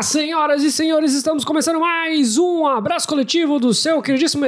Senhoras e senhores, estamos começando mais um abraço coletivo do seu queridíssimo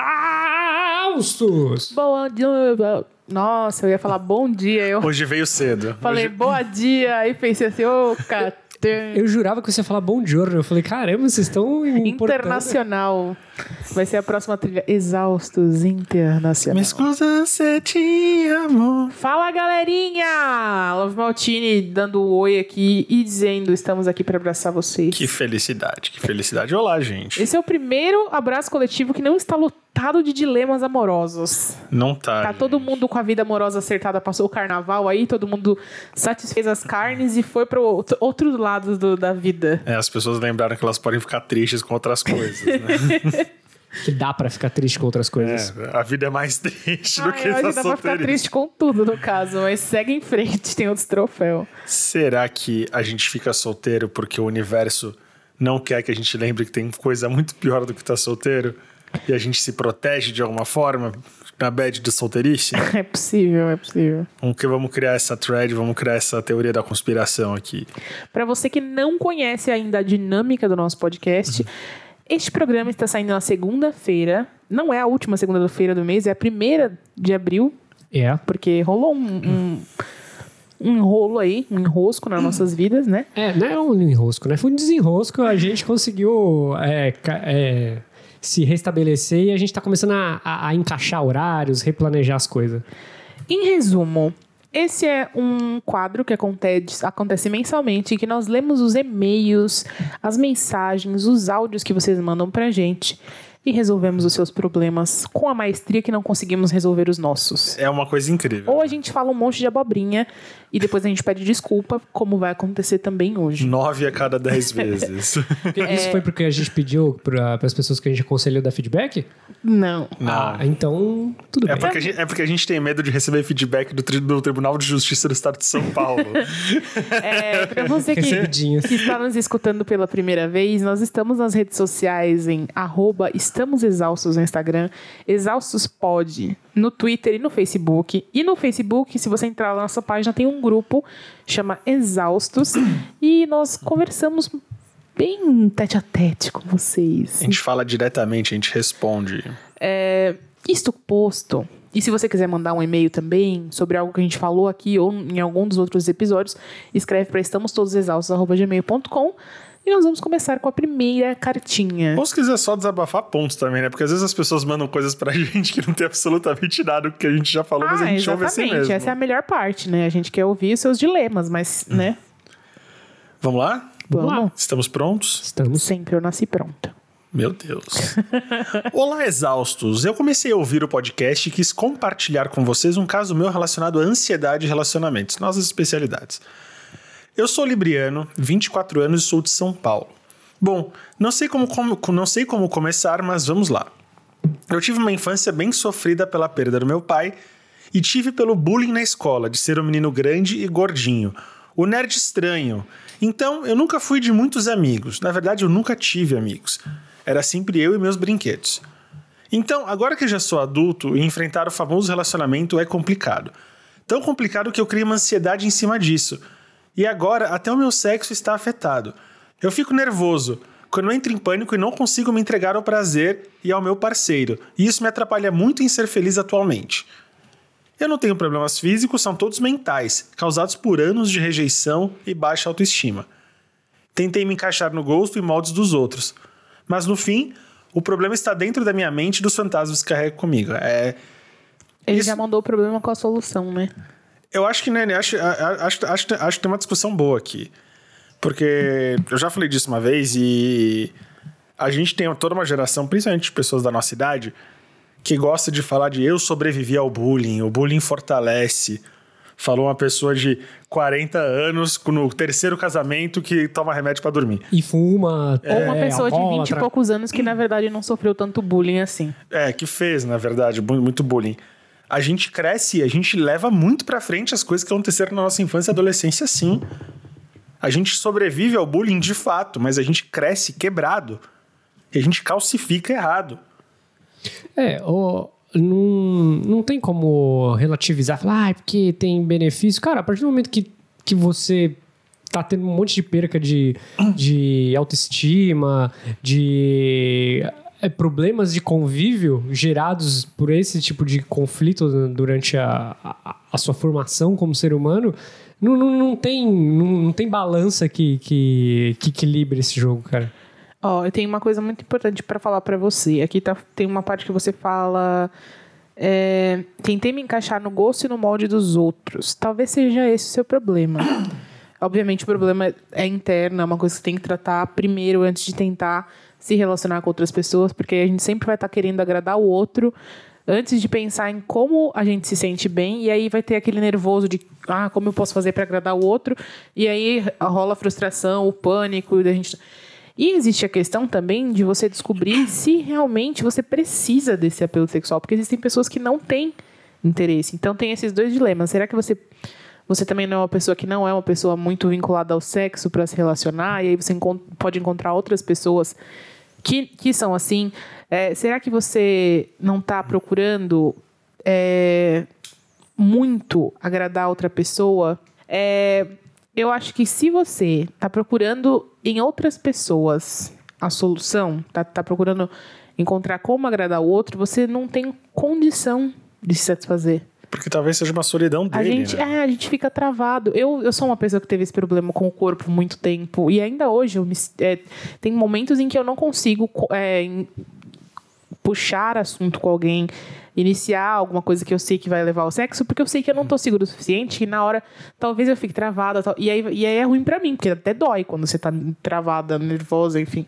Exaustos. Bom dia. Nossa, eu ia falar bom dia. Hoje veio cedo. Falei bom dia e pensei assim, ô, cara. Eu jurava que você ia falar bom giorno. Eu falei, caramba, vocês estão internacional. Vai ser a próxima trilha. Exaustos Internacional. Me escusa, você te amo. Fala, galerinha! Love Maltini dando um oi aqui e dizendo, estamos aqui para abraçar vocês. Que felicidade, que felicidade. Olá, gente. Esse é o primeiro abraço coletivo que não está lotado de dilemas amorosos. Não tá. Tá todo mundo com a vida amorosa acertada, passou o carnaval aí, todo mundo satisfez as carnes e foi para outros lados da vida. As pessoas lembraram que elas podem ficar tristes com outras coisas, né? Que dá pra ficar triste com outras coisas. A vida é mais triste do que essa solteirice. Dá pra ficar triste com tudo, no caso, mas segue em frente, tem outros troféus. Será que a gente fica solteiro porque o universo não quer que a gente lembre que tem coisa muito pior do que estar solteiro? E a gente se protege de alguma forma na bad de solteirice? É possível, é possível. Vamos criar essa thread, vamos criar essa teoria da conspiração aqui. Pra você que não conhece ainda a dinâmica do nosso podcast... Este programa está saindo na segunda-feira. Não é a última segunda-feira do mês, é a 1ª de abril. Porque rolou um enrolo aí, um enrosco nas nossas vidas, né? Não é um enrosco, né? Foi um desenrosco, a gente conseguiu se restabelecer e a gente está começando a encaixar horários, replanejar as coisas. Em resumo... Esse é um quadro que acontece mensalmente, em que nós lemos os e-mails, as mensagens, os áudios que vocês mandam pra gente e resolvemos os seus problemas com a maestria que não conseguimos resolver os nossos. É uma coisa incrível. Ou a gente fala um monte de abobrinha e depois a gente pede desculpa, como vai acontecer também hoje. 9 a cada 10 vezes. Isso foi porque a gente pediu para as pessoas que a gente aconselhou dar feedback? Não. Então tudo bem. É porque a gente tem medo de receber feedback do Tribunal de Justiça do Estado de São Paulo. Para você que está nos escutando pela primeira vez, nós estamos nas redes sociais em @estamosexaustos no Instagram, ExaustosPod no Twitter e no Facebook. E no Facebook, se você entrar na nossa página, tem um grupo, chama Exaustos, e nós conversamos bem tete-a-tete com vocês. A gente fala diretamente, a gente responde. Isto posto, e se você quiser mandar um e-mail também sobre algo que a gente falou aqui ou em algum dos outros episódios, escreve para estamostodosexaustos@gmail.com. E nós vamos começar com a primeira cartinha. Ou se quiser só desabafar pontos também, né? Porque às vezes as pessoas mandam coisas pra gente que não tem absolutamente nada do que a gente já falou, mas a gente ouve assim mesmo. Essa é a melhor parte, né? A gente quer ouvir os seus dilemas, mas, né? Vamos lá? Vamos lá. Estamos prontos? Estamos. Sempre eu nasci pronta. Meu Deus. Olá, exaustos. Eu comecei a ouvir o podcast e quis compartilhar com vocês um caso meu relacionado à ansiedade e relacionamentos, nossas especialidades. Eu sou libriano, 24 anos e sou de São Paulo. Bom, não sei como começar, mas vamos lá. Eu tive uma infância bem sofrida pela perda do meu pai e tive pelo bullying na escola, de ser um menino grande e gordinho, o nerd estranho. Então, eu nunca fui de muitos amigos. Na verdade, eu nunca tive amigos. Era sempre eu e meus brinquedos. Então, agora que eu já sou adulto, enfrentar o famoso relacionamento é complicado. Tão complicado que eu criei uma ansiedade em cima disso. E agora, até o meu sexo está afetado. Eu fico nervoso quando eu entro em pânico e não consigo me entregar ao prazer e ao meu parceiro. E isso me atrapalha muito em ser feliz atualmente. Eu não tenho problemas físicos, são todos mentais, causados por anos de rejeição e baixa autoestima. Tentei me encaixar no gosto e moldes dos outros. Mas no fim, o problema está dentro da minha mente e dos fantasmas que carrego comigo. Ele já mandou o problema com a solução, né? Eu acho que, né, acho que tem uma discussão boa aqui. Porque eu já falei disso uma vez e a gente tem toda uma geração, principalmente de pessoas da nossa idade, que gosta de falar de eu sobrevivi ao bullying, o bullying fortalece. Falou uma pessoa de 40 anos no 3º casamento que toma remédio pra dormir. E fuma. Ou uma pessoa de 20 e poucos anos que, na verdade, não sofreu tanto bullying assim. Que fez, na verdade, muito bullying. A gente cresce e a gente leva muito pra frente as coisas que aconteceram na nossa infância e adolescência, sim. A gente sobrevive ao bullying de fato, mas a gente cresce quebrado. E a gente calcifica errado. Não tem como relativizar, falar, porque tem benefício. Cara, a partir do momento que você tá tendo um monte de perca de autoestima, de problemas de convívio gerados por esse tipo de conflito durante a sua formação como ser humano, não tem balança que equilibre esse jogo, cara. Eu tenho uma coisa muito importante para falar para você. Aqui tem uma parte que você fala... tentei me encaixar no gosto e no molde dos outros. Talvez seja esse o seu problema. Obviamente o problema é interno, é uma coisa que você tem que tratar primeiro antes de tentar se relacionar com outras pessoas, porque a gente sempre vai estar querendo agradar o outro antes de pensar em como a gente se sente bem, e aí vai ter aquele nervoso de como eu posso fazer para agradar o outro, e aí rola a frustração, o pânico da gente. E existe a questão também de você descobrir se realmente você precisa desse apelo sexual, porque existem pessoas que não têm interesse. Então tem esses dois dilemas. Será que você também não é uma pessoa que não é uma pessoa muito vinculada ao sexo para se relacionar, e aí você pode encontrar outras pessoas que são assim? Será que você não está procurando muito agradar outra pessoa? Eu acho que se você está procurando em outras pessoas a solução, tá procurando encontrar como agradar o outro, você não tem condição de se satisfazer. Porque talvez seja uma solidão dele, a gente fica travado. Eu sou uma pessoa que teve esse problema com o corpo muito tempo. E ainda hoje, tem momentos em que eu não consigo puxar assunto com alguém, iniciar alguma coisa que eu sei que vai levar ao sexo, porque eu sei que eu não tô seguro o suficiente, e na hora talvez eu fique travada. E aí é ruim pra mim, porque até dói quando você tá travada, nervosa, enfim.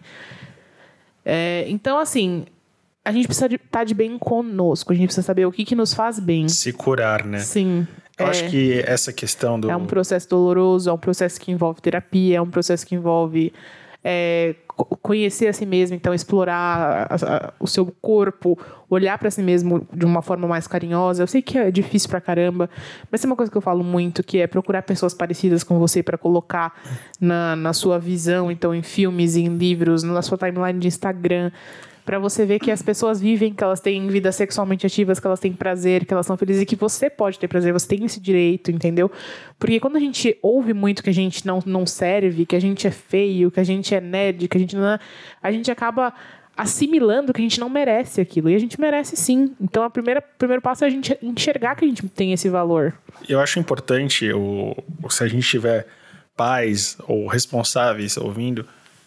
Então, assim... A gente precisa estar de bem conosco. A gente precisa saber o que nos faz bem. Se curar, né? Sim. Eu acho que essa questão do... É um processo doloroso, é um processo que envolve terapia, é um processo que envolve conhecer a si mesmo, então explorar o seu corpo, olhar para si mesmo de uma forma mais carinhosa. Eu sei que é difícil pra caramba, mas é uma coisa que eu falo muito, que é procurar pessoas parecidas com você para colocar na sua visão, então em filmes, em livros, na sua timeline de Instagram, para você ver que as pessoas vivem, que elas têm vidas sexualmente ativas, que elas têm prazer, que elas são felizes e que você pode ter prazer, você tem esse direito, entendeu? Porque quando a gente ouve muito que a gente não serve, que a gente é feio, que a gente é nerd, que a gente acaba assimilando que a gente não merece aquilo. E a gente merece sim. Então, o primeiro passo é a gente enxergar que a gente tem esse valor. Eu acho importante, se a gente tiver pais ou responsáveis ouvindo,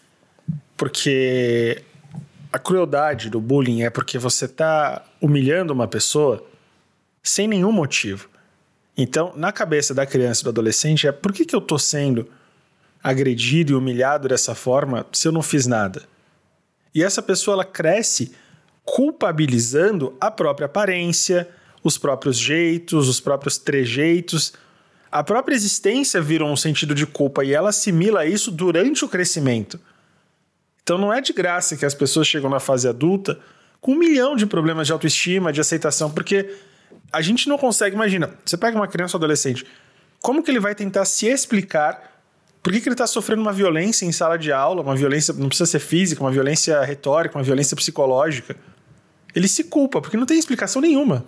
porque... A crueldade do bullying é porque você está humilhando uma pessoa sem nenhum motivo. Então, na cabeça da criança e do adolescente, por que eu estou sendo agredido e humilhado dessa forma se eu não fiz nada? E essa pessoa ela cresce culpabilizando a própria aparência, os próprios jeitos, os próprios trejeitos. A própria existência vira um sentido de culpa e ela assimila isso durante o crescimento. Então não é de graça que as pessoas chegam na fase adulta com 1 milhão de problemas de autoestima, de aceitação, porque a gente não consegue, imagina, você pega uma criança ou adolescente, como que ele vai tentar se explicar por que ele está sofrendo uma violência em sala de aula, uma violência, não precisa ser física, uma violência retórica, uma violência psicológica. Ele se culpa, porque não tem explicação nenhuma.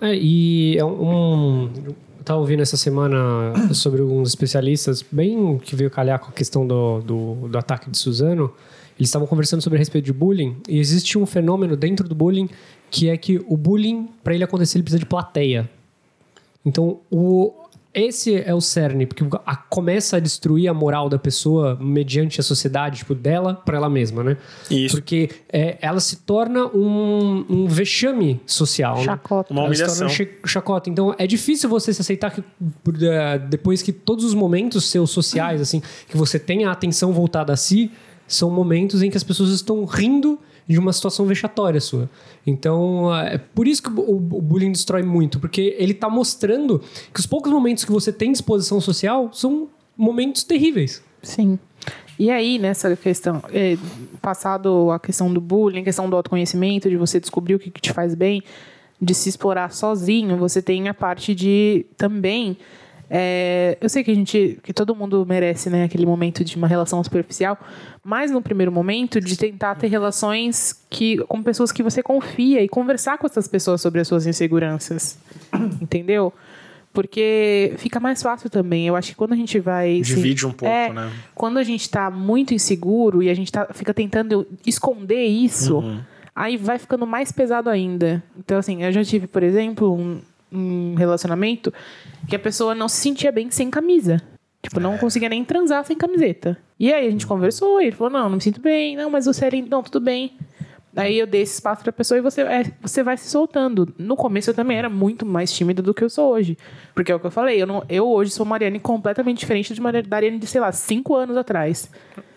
Eu estava ouvindo essa semana sobre alguns especialistas, bem que veio calhar com a questão do ataque de Suzano. Eles estavam conversando sobre a respeito de bullying, e existe um fenômeno dentro do bullying, que é que o bullying, para ele acontecer, ele precisa de plateia. Então, esse é o cerne, porque começa a destruir a moral da pessoa mediante a sociedade, tipo, dela para ela mesma, né? Isso. Porque ela se torna um vexame social. Chacota. Uma humilhação. Ela se torna chacota. Então, é difícil você se aceitar que depois que todos os momentos seus sociais, assim, que você tenha a atenção voltada a si, são momentos em que as pessoas estão rindo de uma situação vexatória sua. Então, é por isso que o bullying destrói muito, porque ele está mostrando que os poucos momentos que você tem disposição social são momentos terríveis. Sim. E aí, nessa questão, passado a questão do bullying, a questão do autoconhecimento, de você descobrir o que te faz bem, de se explorar sozinho, você tem a parte de também... eu sei que todo mundo merece, né, aquele momento de uma relação superficial, mas no primeiro momento de tentar ter relações com pessoas que você confia e conversar com essas pessoas sobre as suas inseguranças, entendeu? Porque fica mais fácil também. Eu acho que quando a gente vai... Divide um pouco, né? Quando a gente tá muito inseguro e a gente fica tentando esconder isso, aí vai ficando mais pesado ainda. Então, assim, eu já tive, por exemplo, um relacionamento que a pessoa não se sentia bem sem camisa. Tipo, não conseguia nem transar sem camiseta. E aí a gente conversou e ele falou, não me sinto bem. Não, mas você era... Não, tudo bem. Aí eu dei esse espaço pra pessoa e você vai se soltando. No começo eu também era muito mais tímida do que eu sou hoje. Porque é o que eu falei, eu hoje sou uma Ariane completamente diferente da Ariane de, sei lá, 5 anos atrás.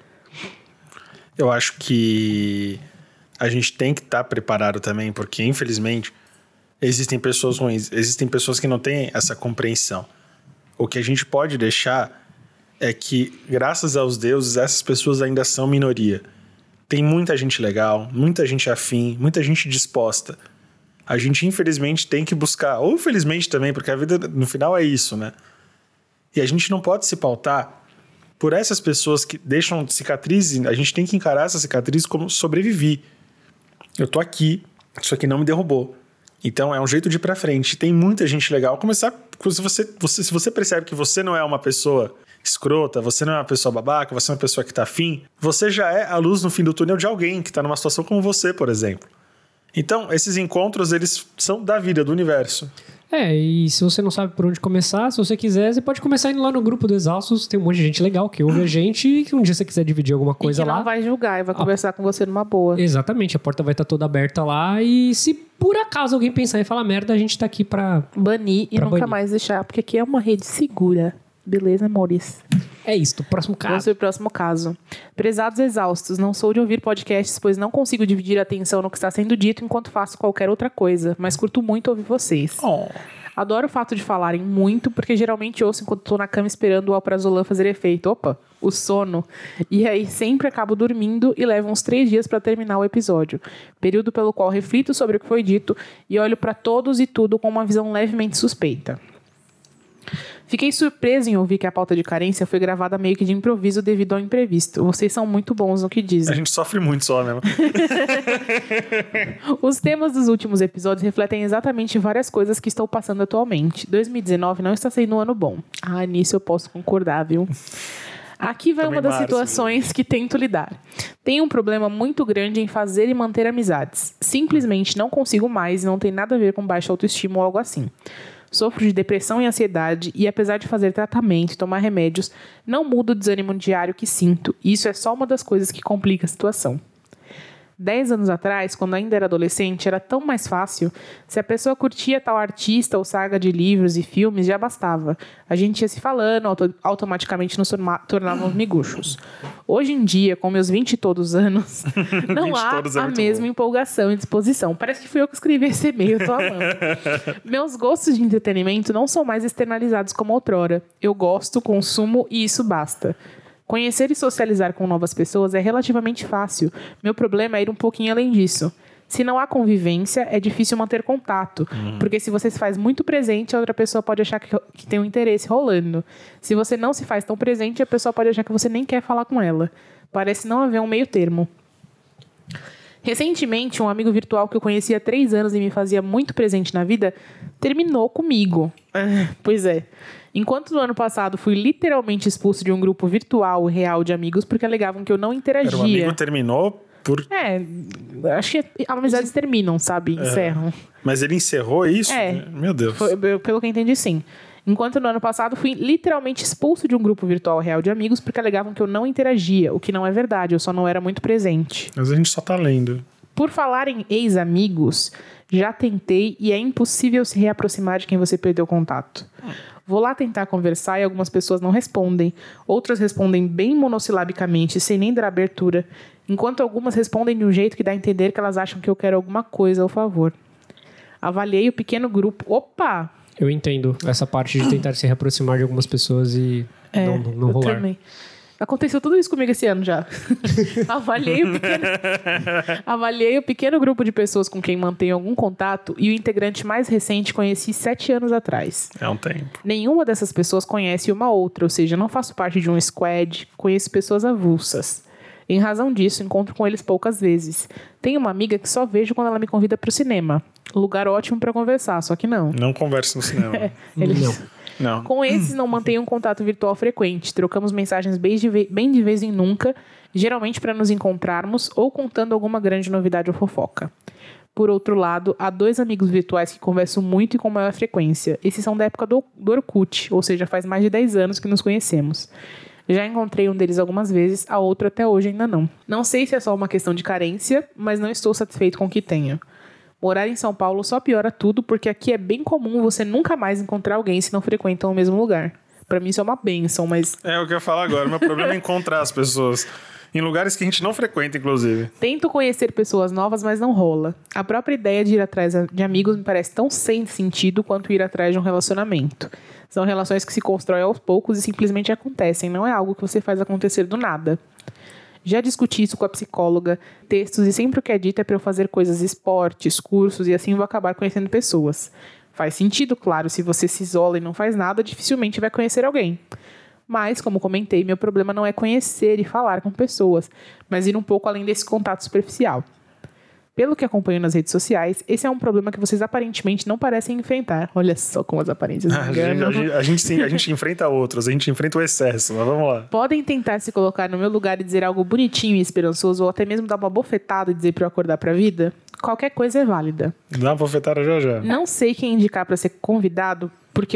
Eu acho que a gente tem que estar preparado também, porque infelizmente existem pessoas ruins, existem pessoas que não têm essa compreensão. O que a gente pode deixar é que, graças aos deuses, essas pessoas ainda são minoria. Tem muita gente legal, muita gente afim, muita gente disposta. A gente, infelizmente, tem que buscar, ou felizmente também, porque a vida, no final, é isso, né? E a gente não pode se pautar por essas pessoas que deixam cicatrizes. A gente tem que encarar essa cicatriz como sobrevivi. Eu tô aqui, isso aqui não me derrubou. Então, é um jeito de ir pra frente. Tem muita gente legal. Começar, se você percebe que você não é uma pessoa escrota, você não é uma pessoa babaca, você é uma pessoa que tá afim, você já é a luz no fim do túnel de alguém que tá numa situação como você, por exemplo. Então, esses encontros, eles são da vida, do universo. E se você não sabe por onde começar, se você quiser, você pode começar indo lá no grupo do Exaustos. Tem um monte de gente legal que ouve a gente e que um dia você quiser dividir alguma coisa lá... E que não vai julgar e vai conversar com você numa boa. Exatamente, a porta vai estar toda aberta lá e se por acaso alguém pensar em falar merda, a gente tá aqui pra... Banir e nunca mais deixar, porque aqui é uma rede segura. Beleza, amores? É isso, próximo caso. Vamos pro próximo caso. Prezados exaustos, não sou de ouvir podcasts, pois não consigo dividir a atenção no que está sendo dito enquanto faço qualquer outra coisa, mas curto muito ouvir vocês. Adoro o fato de falarem muito, porque geralmente ouço enquanto estou na cama esperando o alprazolam fazer efeito. Opa, o sono. E aí sempre acabo dormindo e levo uns 3 dias para terminar o episódio. Período pelo qual reflito sobre o que foi dito e olho para todos e tudo com uma visão levemente suspeita. Fiquei surpresa em ouvir que a pauta de carência foi gravada meio que de improviso devido ao imprevisto. Vocês são muito bons no que dizem. A gente sofre muito só, né? Os temas dos últimos episódios refletem exatamente várias coisas que estou passando atualmente. 2019 não está sendo um ano bom. Nisso eu posso concordar, viu? Aqui vai uma das situações que tento lidar. Tenho um problema muito grande em fazer e manter amizades. Simplesmente não consigo mais e não tem nada a ver com baixa autoestima ou algo assim. Sofro de depressão e ansiedade e, apesar de fazer tratamento e tomar remédios, não mudo o desânimo diário que sinto. E isso é só uma das coisas que complica a situação. 10 anos atrás, quando ainda era adolescente, era tão mais fácil. Se a pessoa curtia tal artista ou saga de livros e filmes, já bastava. A gente ia se falando, automaticamente nos tornávamos miguxos. Hoje em dia, com meus 20 e todos anos, não há a mesma empolgação e disposição. Parece que fui eu que escrevi esse e-mail, tô amando. Meus gostos de entretenimento não são mais externalizados como outrora. Eu gosto, consumo e isso basta. Conhecer e socializar com novas pessoas é relativamente fácil. Meu problema é ir um pouquinho além disso. Se não há convivência, é difícil manter contato. Porque se você se faz muito presente, a outra pessoa pode achar que tem um interesse rolando. Se você não se faz tão presente, a pessoa pode achar que você nem quer falar com ela. Parece não haver um meio termo. Recentemente, um amigo virtual que eu conhecia há 3 anos e me fazia muito presente na vida, terminou comigo. Pois é. Enquanto no ano passado fui literalmente expulso de um grupo virtual e real de amigos porque alegavam que eu não interagia. Era um amigo terminou por... acho que amizades terminam, sabe? Encerram. Mas ele encerrou isso? Meu Deus. Pelo que eu entendi, sim. Enquanto no ano passado fui literalmente expulso de um grupo virtual real de amigos porque alegavam que eu não interagia, o que não é verdade, eu só não era muito presente. Mas a gente só tá lendo. Por falar em ex-amigos, já tentei e é impossível se reaproximar de quem você perdeu contato. Vou lá tentar conversar e algumas pessoas não respondem. Outras respondem bem monossilabicamente, sem nem dar abertura. Enquanto algumas respondem de um jeito que dá a entender que elas acham que eu quero alguma coisa ao favor. Avaliei o pequeno grupo... Opa! Eu entendo essa parte de tentar se reaproximar de algumas pessoas e não rolar. Também. Aconteceu tudo isso comigo esse ano já. Avaliei o pequeno grupo de pessoas com quem mantenho algum contato e o integrante mais recente conheci 7 anos atrás. É um tempo. Nenhuma dessas pessoas conhece uma outra, ou seja, não faço parte de um squad, conheço pessoas avulsas. Em razão disso, encontro com eles poucas vezes. Tenho uma amiga que só vejo quando ela me convida para o cinema. Lugar ótimo para conversar, só que não. Não converse no cinema. Não. Com esses, não mantenho um contato virtual frequente. Trocamos mensagens bem de vez em nunca, geralmente para nos encontrarmos ou contando alguma grande novidade ou fofoca. Por outro lado, há 2 amigos virtuais que converso muito e com maior frequência. Esses são da época do Orkut, ou seja, faz mais de 10 anos que nos conhecemos. Já encontrei um deles algumas vezes, a outro até hoje ainda não. Não sei se é só uma questão de carência, mas não estou satisfeito com o que tenho. Morar em São Paulo só piora tudo, porque aqui é bem comum você nunca mais encontrar alguém se não frequentam o mesmo lugar. Pra mim isso é uma bênção, mas... É o que eu ia falar agora, meu problema é encontrar as pessoas. Em lugares que a gente não frequenta, inclusive. Tento conhecer pessoas novas, mas não rola. A própria ideia de ir atrás de amigos me parece tão sem sentido quanto ir atrás de um relacionamento. São relações que se constroem aos poucos e simplesmente acontecem. Não é algo que você faz acontecer do nada. Já discuti isso com a psicóloga, textos, e sempre o que é dito é para eu fazer coisas, esportes, cursos, e assim vou acabar conhecendo pessoas. Faz sentido, claro, se você se isola e não faz nada, dificilmente vai conhecer alguém. Mas, como comentei, meu problema não é conhecer e falar com pessoas, mas ir um pouco além desse contato superficial. Pelo que acompanho nas redes sociais, esse é um problema que vocês aparentemente não parecem enfrentar. Olha só como as aparências enganam. A gente enfrenta outros, a gente enfrenta o excesso, mas vamos lá. Podem tentar se colocar no meu lugar e dizer algo bonitinho e esperançoso, ou até mesmo dar uma bofetada e dizer para eu acordar para a vida? Qualquer coisa é válida. Dá uma bofetada já. Não sei quem indicar para ser convidado, porque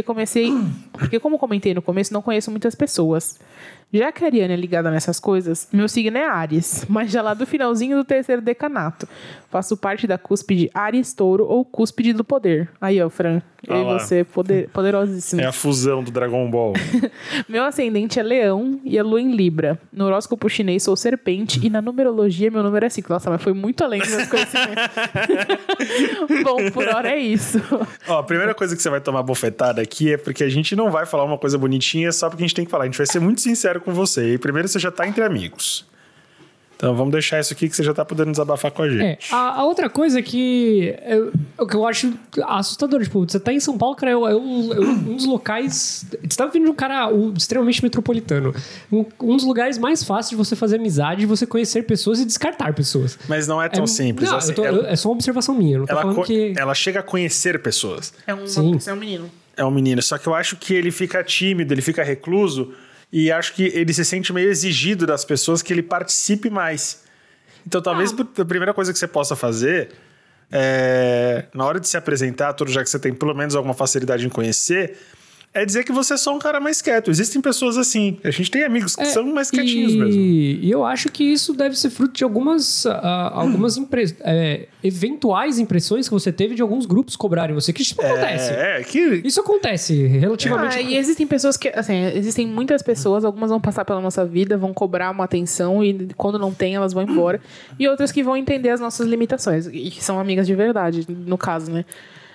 como comentei no começo, não conheço muitas pessoas. Já que a Ariane é ligada nessas coisas, meu signo é Áries, mas já lá do finalzinho do 3º decanato. Faço parte da cúspide Áries Touro ou cúspide do poder. Aí, ó, Fran, eu e você, poderosíssimo. É a fusão do Dragon Ball. Meu ascendente é Leão e a lua em Libra. No horóscopo chinês sou Serpente e na numerologia meu número é 5. Nossa, mas foi muito além dos meus conhecimentos. Bom, por hora é isso. Ó, a primeira coisa que você vai tomar bofetada aqui é porque a gente não vai falar uma coisa bonitinha só porque a gente tem que falar. A gente vai ser muito sincero com você. E primeiro você já tá entre amigos. Então vamos deixar isso aqui que você já tá podendo desabafar com a gente. A outra coisa que eu acho assustador, tipo, você tá em São Paulo, cara, é um dos locais... Você tá vindo de um cara extremamente metropolitano. Um dos lugares mais fáceis de você fazer amizade, você conhecer pessoas e descartar pessoas. Mas não é tão simples. Não, assim, é só uma observação minha. Não tô falando que... Ela chega a conhecer pessoas. É um menino. É um menino. Só que eu acho que ele fica tímido, ele fica recluso... E acho que ele se sente meio exigido das pessoas que ele participe mais. Então, talvez a primeira coisa que você possa fazer é, na hora de se apresentar, já que você tem pelo menos alguma facilidade em conhecer, é dizer que você é só um cara mais quieto. Existem pessoas assim. A gente tem amigos que são mais quietinhos mesmo. E eu acho que isso deve ser fruto de algumas eventuais impressões que você teve de alguns grupos cobrarem você. Que isso acontece. Isso acontece relativamente. E existem pessoas que... Assim, existem muitas pessoas, algumas vão passar pela nossa vida, vão cobrar uma atenção e quando não tem, elas vão embora. E outras que vão entender as nossas limitações. E que são amigas de verdade, no caso, né?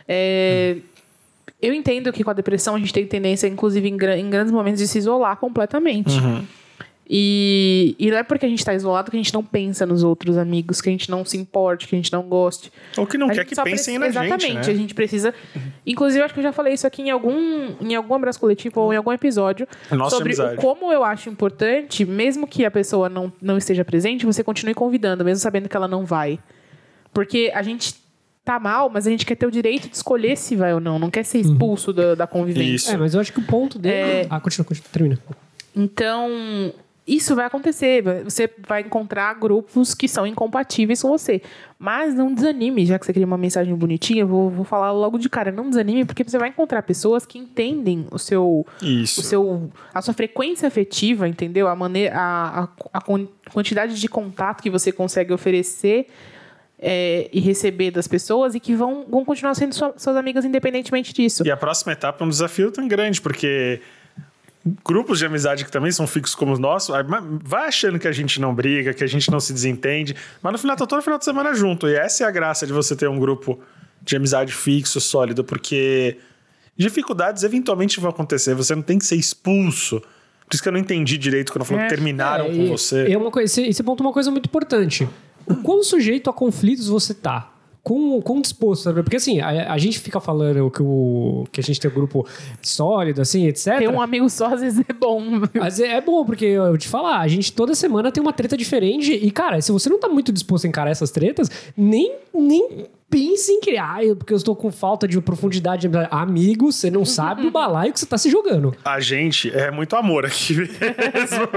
Eu entendo que com a depressão a gente tem tendência, inclusive em grandes momentos, de se isolar completamente. Uhum. E não é porque a gente está isolado que a gente não pensa nos outros amigos, que a gente não se importe, que a gente não goste. Ou que não quer que pensem na gente, exatamente, né? A gente precisa... Inclusive, eu acho que eu já falei isso aqui em algum abraço coletivo ou em algum episódio. Sobre como eu acho importante, mesmo que a pessoa não esteja presente, você continue convidando, mesmo sabendo que ela não vai. Porque a gente... tá mal, mas a gente quer ter o direito de escolher se vai ou não. Não quer ser expulso da convivência. Isso. Mas eu acho que o ponto dele... Continua, termina. Então, isso vai acontecer. Você vai encontrar grupos que são incompatíveis com você. Mas não desanime, já que você queria uma mensagem bonitinha, eu vou falar logo de cara. Não desanime, porque você vai encontrar pessoas que entendem a sua frequência afetiva, entendeu? A quantidade de contato que você consegue oferecer e receber das pessoas e que vão continuar sendo suas amigas independentemente disso. E a próxima etapa é um desafio tão grande, porque grupos de amizade que também são fixos como os nossos, vai achando que a gente não briga, que a gente não se desentende, mas no final tá todo final de semana junto. E essa é a graça de você ter um grupo de amizade fixo, sólido, porque dificuldades eventualmente vão acontecer, você não tem que ser expulso. Por isso que eu não entendi direito quando falou que terminaram com você. Você pontua uma coisa muito importante. O quão sujeito a conflitos você tá? quão disposto, sabe? Porque assim, a gente fica falando que a gente tem um grupo sólido, assim, etc. Ter um amigo só às vezes é bom. Mas é bom, porque eu vou te falar, a gente toda semana tem uma treta diferente e, cara, se você não tá muito disposto a encarar essas tretas, nem pense em criar, porque eu estou com falta de profundidade. Amigo, você não sabe o balaio que você tá se jogando. A gente é muito amor aqui mesmo.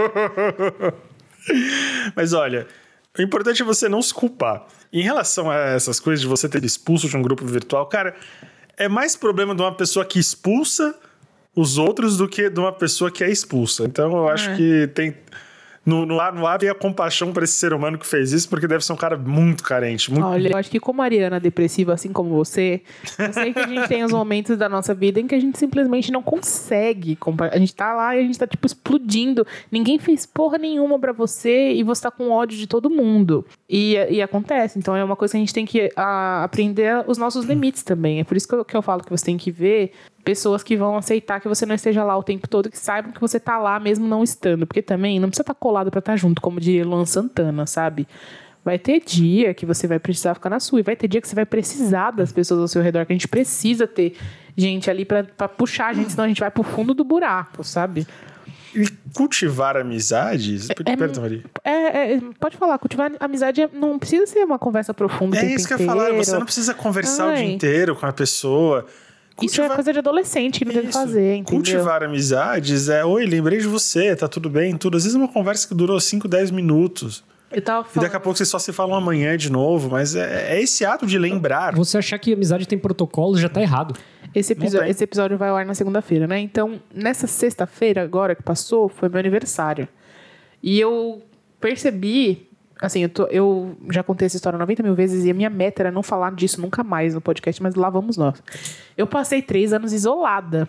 Mas olha, o importante é você não se culpar. Em relação a essas coisas de você ter expulso de um grupo virtual, cara, é mais problema de uma pessoa que expulsa os outros do que de uma pessoa que é expulsa. Então eu acho que tem... No ar tem a compaixão pra esse ser humano que fez isso, porque deve ser um cara muito carente. Olha, eu acho que como a Ariana depressiva, assim como você, eu sei que a gente tem os momentos da nossa vida em que a gente simplesmente não consegue. A gente tá lá e a gente tá, tipo, explodindo. Ninguém fez porra nenhuma pra você e você tá com ódio de todo mundo. E acontece. Então é uma coisa que a gente tem que aprender os nossos limites também. É por isso que eu falo que você tem que ver pessoas que vão aceitar que você não esteja lá o tempo todo, que saibam que você tá lá mesmo não estando. Porque também não precisa estar colado pra estar junto, como diria Luan Santana, sabe? Vai ter dia que você vai precisar ficar na sua. E vai ter dia que você vai precisar das pessoas ao seu redor. Que a gente precisa ter gente ali pra puxar a gente, senão a gente vai pro fundo do buraco, sabe? E cultivar amizades... Perdão, Maria. Pode falar, cultivar amizade não precisa ser uma conversa profunda o tempo isso que eu inteiro. ia falar. Você não precisa conversar o dia inteiro com a pessoa... Isso é coisa de adolescente que não deve fazer, entendeu? Cultivar amizades oi, lembrei de você, tá tudo bem, tudo. Às vezes é uma conversa que durou 5, 10 minutos. E daqui a pouco vocês só se falam amanhã de novo, mas é esse ato de lembrar. Você achar que amizade tem protocolo já tá errado. Esse episódio vai ao ar na segunda-feira, né? Então, nessa sexta-feira agora que passou, foi meu aniversário. E eu percebi... Assim, eu já contei essa história 90 mil vezes e a minha meta era não falar disso nunca mais no podcast, mas lá vamos nós. Eu passei 3 anos isolada.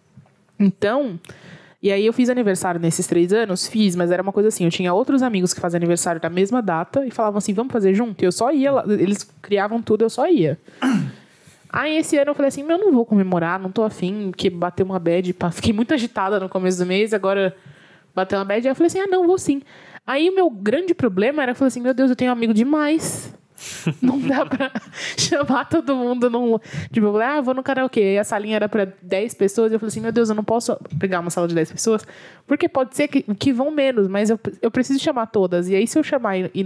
Então, e aí eu fiz aniversário nesses 3 anos? Fiz, mas era uma coisa assim, eu tinha outros amigos que faziam aniversário na mesma data e falavam assim, vamos fazer junto? E eu só ia lá, eles criavam tudo, eu só ia. Aí esse ano eu falei assim, eu não vou comemorar, não tô afim, porque bateu uma bad, fiquei muito agitada no começo do mês, agora bateu uma bad, aí eu falei assim, não, vou sim. Aí o meu grande problema era que eu falei assim, meu Deus, eu tenho amigo demais. Não dá pra chamar todo mundo num... Tipo, eu falei, vou no karaokê. E a salinha era pra 10 pessoas. E eu falei assim, meu Deus, eu não posso pegar uma sala de 10 pessoas. Porque pode ser que vão menos, mas eu preciso chamar todas. E aí, se eu chamar e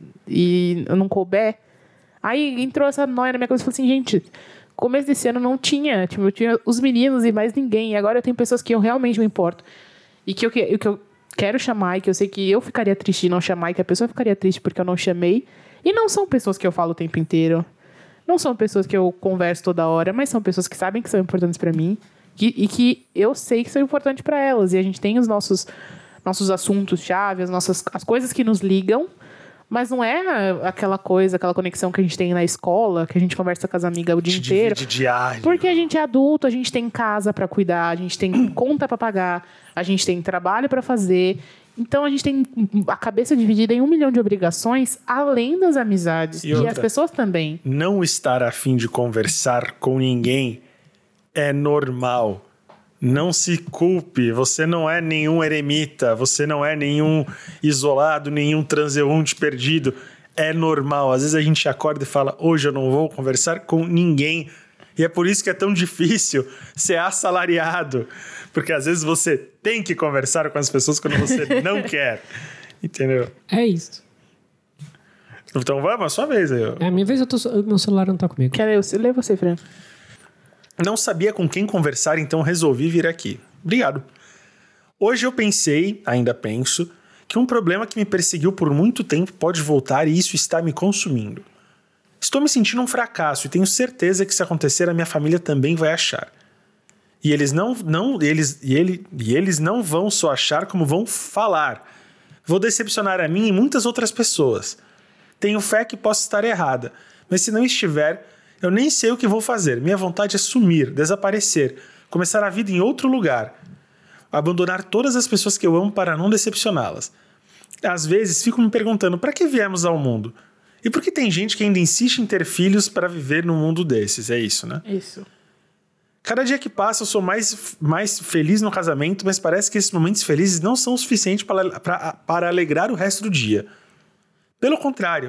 não couber... Aí entrou essa noia na minha cabeça. Eu falei assim, gente, começo desse ano não tinha. Tipo, eu tinha os meninos e mais ninguém. E agora eu tenho pessoas que eu realmente me importo. E que eu quero chamar, e que eu sei que eu ficaria triste de não chamar, e que a pessoa ficaria triste porque eu não chamei. E não são pessoas que eu falo o tempo inteiro. Não são pessoas que eu converso toda hora, mas são pessoas que sabem que são importantes pra mim e que eu sei que são importantes pra elas. E a gente tem os nossos assuntos-chave, as coisas que nos ligam, mas não é aquela conexão que a gente tem na escola, que a gente conversa com as amigas o dia inteiro. Diário. Porque a gente é adulto, a gente tem casa pra cuidar, a gente tem conta pra pagar, a gente tem trabalho pra fazer. Então a gente tem a cabeça dividida em 1 milhão de obrigações, além das amizades. E as pessoas também. Não estar a fim de conversar com ninguém é normal. Não se culpe, você não é nenhum eremita, você não é nenhum isolado, nenhum transeunte perdido. É normal. Às vezes a gente acorda e fala, hoje eu não vou conversar com ninguém. E é por isso que é tão difícil ser assalariado. Porque às vezes você tem que conversar com as pessoas quando você não quer. Entendeu? É isso. Então vamos, a sua vez aí. É a minha vez, meu celular não tá comigo. Quero ler você, Fran. Não sabia com quem conversar, então resolvi vir aqui. Obrigado. Hoje eu pensei, ainda penso, que um problema que me perseguiu por muito tempo pode voltar e isso está me consumindo. Estou me sentindo um fracasso e tenho certeza que se acontecer a minha família também vai achar. E eles não vão só achar como vão falar. Vou decepcionar a mim e muitas outras pessoas. Tenho fé que posso estar errada, mas se não estiver, eu nem sei o que vou fazer. Minha vontade é sumir, desaparecer, começar a vida em outro lugar. Abandonar todas as pessoas que eu amo para não decepcioná-las. Às vezes fico me perguntando, para que viemos ao mundo? E por que tem gente que ainda insiste em ter filhos para viver num mundo desses? É isso, né? Isso. Cada dia que passa eu sou mais feliz no casamento, mas parece que esses momentos felizes não são o suficiente para alegrar o resto do dia. Pelo contrário,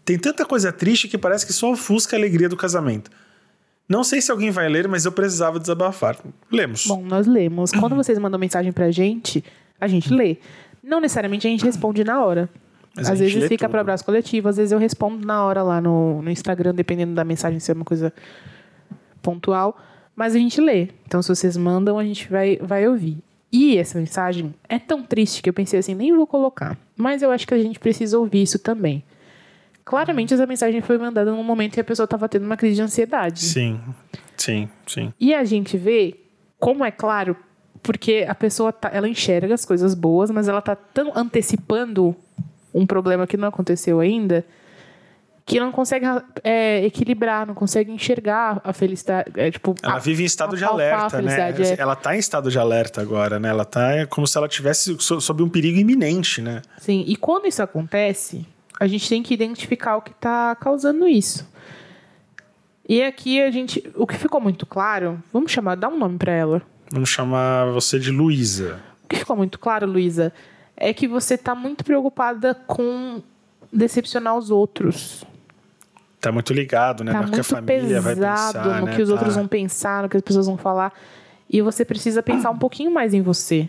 Tem tanta coisa triste que parece que só ofusca a alegria do casamento. Não sei se alguém vai ler, mas eu precisava desabafar. Lemos. Bom, nós lemos. Quando vocês mandam mensagem pra gente, a gente lê. Não necessariamente a gente responde na hora. Mas às vezes fica para abraço coletivo, às vezes eu respondo na hora lá no Instagram, dependendo da mensagem, se é uma coisa pontual. Mas a gente lê. Então, se vocês mandam, a gente vai ouvir. E essa mensagem é tão triste que eu pensei assim, nem vou colocar. Mas eu acho que a gente precisa ouvir isso também. Claramente, essa mensagem foi mandada num momento que a pessoa estava tendo uma crise de ansiedade. Sim. E a gente vê, como é claro, porque a pessoa ela enxerga as coisas boas, mas ela está tão antecipando um problema que não aconteceu ainda, que não consegue equilibrar, não consegue enxergar a felicidade. Ela vive em estado de alerta, né? Ela está em estado de alerta agora, né? Ela está como se ela estivesse sob um perigo iminente, né? Sim, e quando isso acontece, a gente tem que identificar o que está causando isso. E aqui o que ficou muito claro, vamos dá um nome para ela. Vamos chamar você de Luísa. O que ficou muito claro, Luísa, é que você está muito preocupada com decepcionar os outros. Tá muito ligado, né? Tá no que a família vai pensar, no né? que os outros vão pensar, no que as pessoas vão falar. E você precisa pensar um pouquinho mais em você.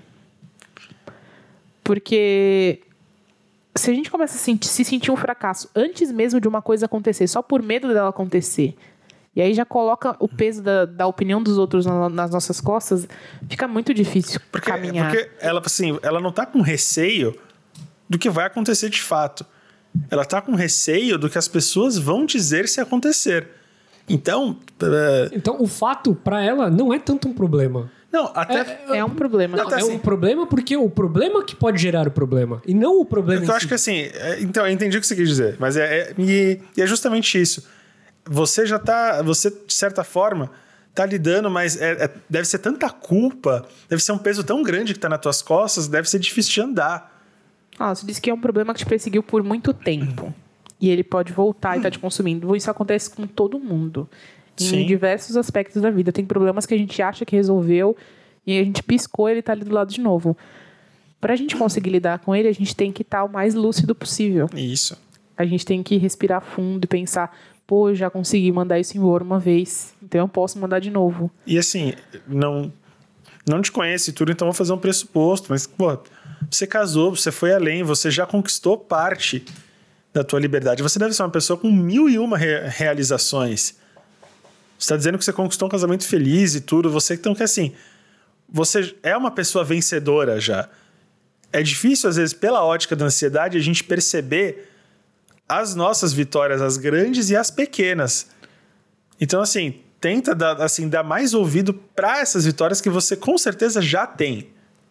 Porque se a gente começa a se sentir um fracasso antes mesmo de uma coisa acontecer, só por medo dela acontecer, e aí já coloca o peso da opinião dos outros nas nossas costas, fica muito difícil caminhar. Porque ela não tá com receio do que vai acontecer de fato. Ela tá com receio do que as pessoas vão dizer se acontecer. Então o fato, para ela, não é tanto um problema. Não, até... É um problema. Não, é um problema porque o problema que pode gerar o problema. E não o problema eu acho que assim... Então, eu entendi o que você quis dizer. Mas é justamente isso. Você já tá... Você, de certa forma, tá lidando, mas deve ser tanta culpa, deve ser um peso tão grande que tá nas tuas costas, deve ser difícil de andar. Você disse que é um problema que te perseguiu por muito tempo. E ele pode voltar e tá te consumindo. Isso acontece com todo mundo. Em diversos aspectos da vida. Tem problemas que a gente acha que resolveu e a gente piscou e ele tá ali do lado de novo. Pra gente conseguir lidar com ele, a gente tem que estar o mais lúcido possível. Isso. A gente tem que respirar fundo e pensar, eu já consegui mandar isso embora uma vez, então eu posso mandar de novo. E assim, não te conhece tudo, então vou fazer um pressuposto, mas, você casou, você foi além, você já conquistou parte da tua liberdade. Você deve ser uma pessoa com 1001 realizações. Você está dizendo que você conquistou um casamento feliz e tudo. Então, que assim, você é uma pessoa vencedora já. É difícil, às vezes, pela ótica da ansiedade, a gente perceber as nossas vitórias, as grandes e as pequenas. Então, assim, tenta dar mais ouvido para essas vitórias que você com certeza já tem.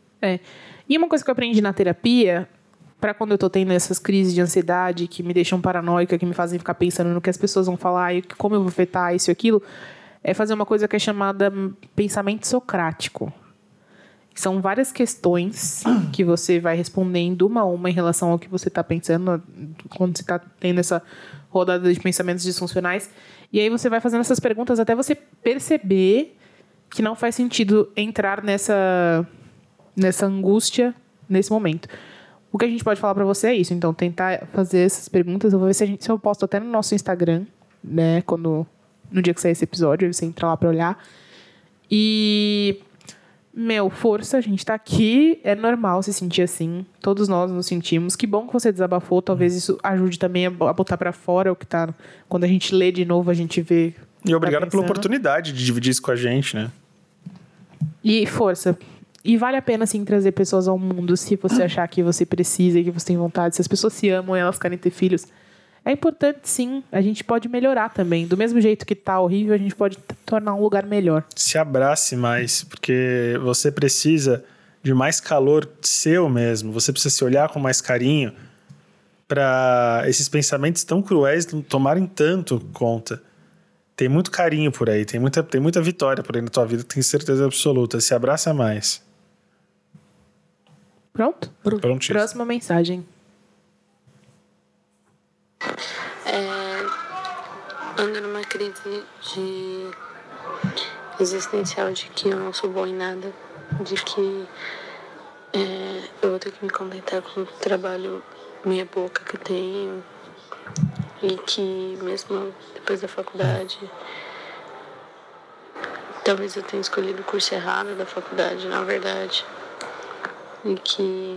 E uma coisa que eu aprendi na terapia, para quando eu tô tendo essas crises de ansiedade que me deixam paranoica, que me fazem ficar pensando no que as pessoas vão falar e como eu vou afetar isso e aquilo, é fazer uma coisa que é chamada pensamento socrático. São várias questões que você vai respondendo uma a uma em relação ao que você está pensando quando você está tendo essa rodada de pensamentos disfuncionais. E aí você vai fazendo essas perguntas até você perceber que não faz sentido entrar nessa angústia nesse momento. O que a gente pode falar para você é isso. Então, tentar fazer essas perguntas. Eu vou ver se eu posto até no nosso Instagram, né? No dia que sair esse episódio, você entra lá para olhar. E... força, a gente tá aqui. É normal se sentir assim. Todos nós nos sentimos. Que bom que você desabafou. Talvez isso ajude também a botar pra fora o que tá... Quando a gente lê de novo, a gente vê... E obrigado pela oportunidade de dividir isso com a gente, né? E força. E vale a pena, sim, trazer pessoas ao mundo se você achar que você precisa e que você tem vontade. Se as pessoas se amam e elas querem ter filhos. É importante, sim. A gente pode melhorar também. Do mesmo jeito que tá horrível, a gente pode tornar um lugar melhor. Se abrace mais, porque você precisa de mais calor seu mesmo. Você precisa se olhar com mais carinho para esses pensamentos tão cruéis não tomarem tanto conta. Tem muito carinho por aí, tem muita vitória por aí na tua vida, tenho certeza absoluta. Se abraça mais. Pronto? Prontíssimo. Próxima mensagem. Ando numa crise existencial de que eu não sou boa em nada, de que eu vou ter que me contentar com o trabalho meia boca que eu tenho, E que mesmo depois da faculdade, talvez eu tenha escolhido o curso errado da faculdade, na verdade. E que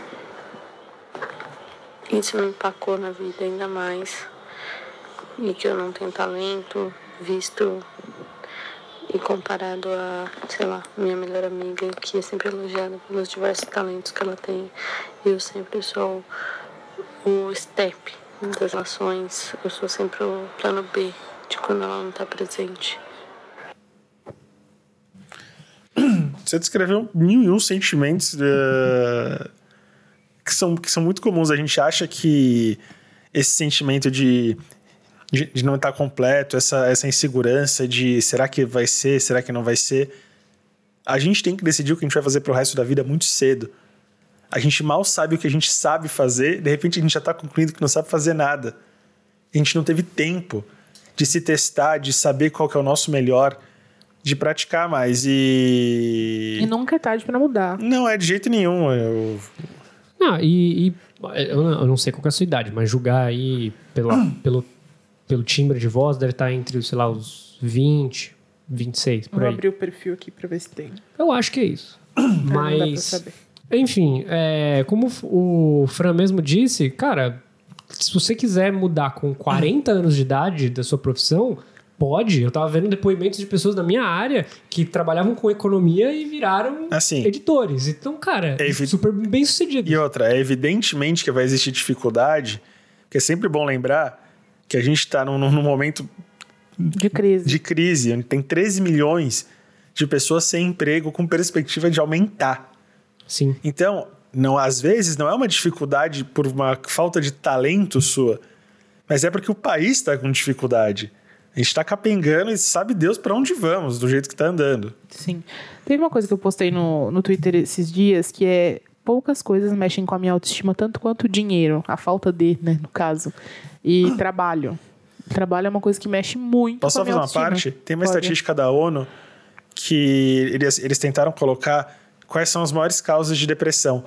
isso me empacou na vida ainda mais. E que eu não tenho talento, visto e comparado a, sei lá, minha melhor amiga, que é sempre elogiada pelos diversos talentos que ela tem. Eu sempre sou o step das relações, eu sou sempre o plano B de quando ela não tá presente. Você descreveu 1001 sentimentos que são muito comuns. A gente acha que esse sentimento de não estar completo, essa insegurança de será que vai ser, será que não vai ser, a gente tem que decidir o que a gente vai fazer pro resto da vida muito cedo. A gente mal sabe o que a gente sabe fazer, de repente a gente já está concluindo que não sabe fazer nada. A gente não teve tempo de se testar, de saber qual que é o nosso melhor, de praticar mais. E nunca é tarde para mudar. Não, é de jeito nenhum. Não, eu não sei qual que é a sua idade, mas julgar aí pelo timbre de voz deve estar entre, sei lá, os 20, 26, por aí. Vou abrir o perfil aqui para ver se tem. Eu acho que é isso. Mas não dá pra saber. Enfim, como o Fran mesmo disse, cara, se você quiser mudar com 40 anos de idade da sua profissão, pode. Eu tava vendo depoimentos de pessoas da minha área que trabalhavam com economia e viraram editores. Então, cara, super bem sucedido. E outra, evidentemente que vai existir dificuldade, porque é sempre bom lembrar que a gente tá num momento de crise, onde tem 13 milhões de pessoas sem emprego com perspectiva de aumentar. Sim. Então, às vezes não é uma dificuldade por uma falta de talento sua, mas é porque o país está com dificuldade. A gente está capengando e sabe Deus para onde vamos, do jeito que está andando. Sim. Teve uma coisa que eu postei no Twitter esses dias, que é poucas coisas mexem com a minha autoestima tanto quanto o dinheiro, a falta de, né, no caso, e trabalho. Trabalho é uma coisa que mexe muito Posso com a minha autoestima. Posso só fazer uma parte? Tem uma estatística da ONU que eles tentaram colocar quais são as maiores causas de depressão.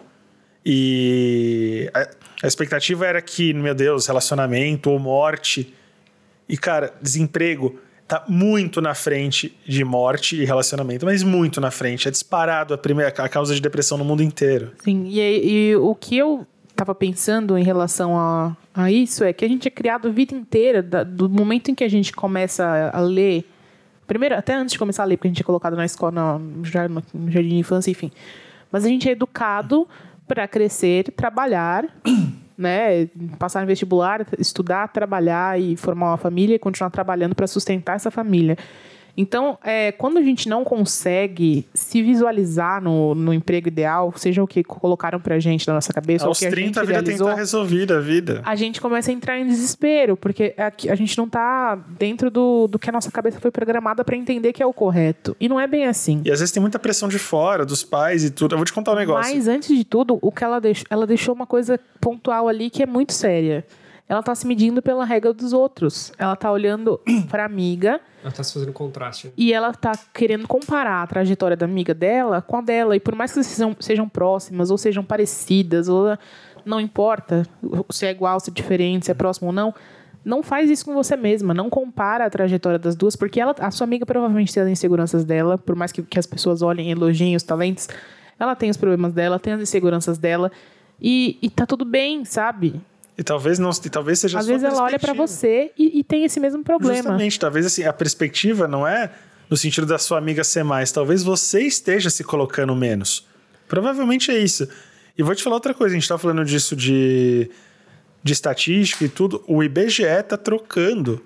E a expectativa era que, meu Deus, relacionamento ou morte. E, cara, desemprego tá muito na frente de morte e relacionamento, mas muito na frente. É disparado a causa de depressão no mundo inteiro. Sim, e o que eu tava pensando em relação a isso é que a gente é criado a vida inteira, do momento em que a gente começa a ler. Primeiro, até antes de começar a ler, porque a gente é colocado na escola, no jardim de infância, enfim. Mas a gente é educado para crescer, trabalhar, né? Passar no vestibular, estudar, trabalhar e formar uma família e continuar trabalhando para sustentar essa família. Então, quando a gente não consegue se visualizar no emprego ideal, seja o que colocaram pra gente na nossa cabeça, aos ou que 30 a vida gente tem que estar resolvida a vida. A gente começa a entrar em desespero, porque a gente não tá dentro do que a nossa cabeça foi programada para entender que é o correto. E não é bem assim. E às vezes tem muita pressão de fora, dos pais e tudo. Eu vou te contar um negócio. Mas antes de tudo, o que ela deixou uma coisa pontual ali que é muito séria. Ela tá se medindo pela regra dos outros. Ela tá olhando pra amiga. Ela tá se fazendo contraste. E ela tá querendo comparar a trajetória da amiga dela com a dela. E por mais que sejam próximas, ou sejam parecidas, ou não importa se é igual, se é diferente, se é próximo ou não, não faz isso com você mesma. Não compara a trajetória das duas, porque a sua amiga provavelmente tem as inseguranças dela, por mais que as pessoas olhem e elogiem os talentos, ela tem os problemas dela, tem as inseguranças dela. E tá tudo bem, sabe? E talvez seja às vezes ela olha pra você e tem esse mesmo problema. Justamente, talvez assim, a perspectiva não é no sentido da sua amiga ser mais, talvez você esteja se colocando menos. Provavelmente é isso. E vou te falar outra coisa, a gente tá falando disso de estatística e tudo, o IBGE tá trocando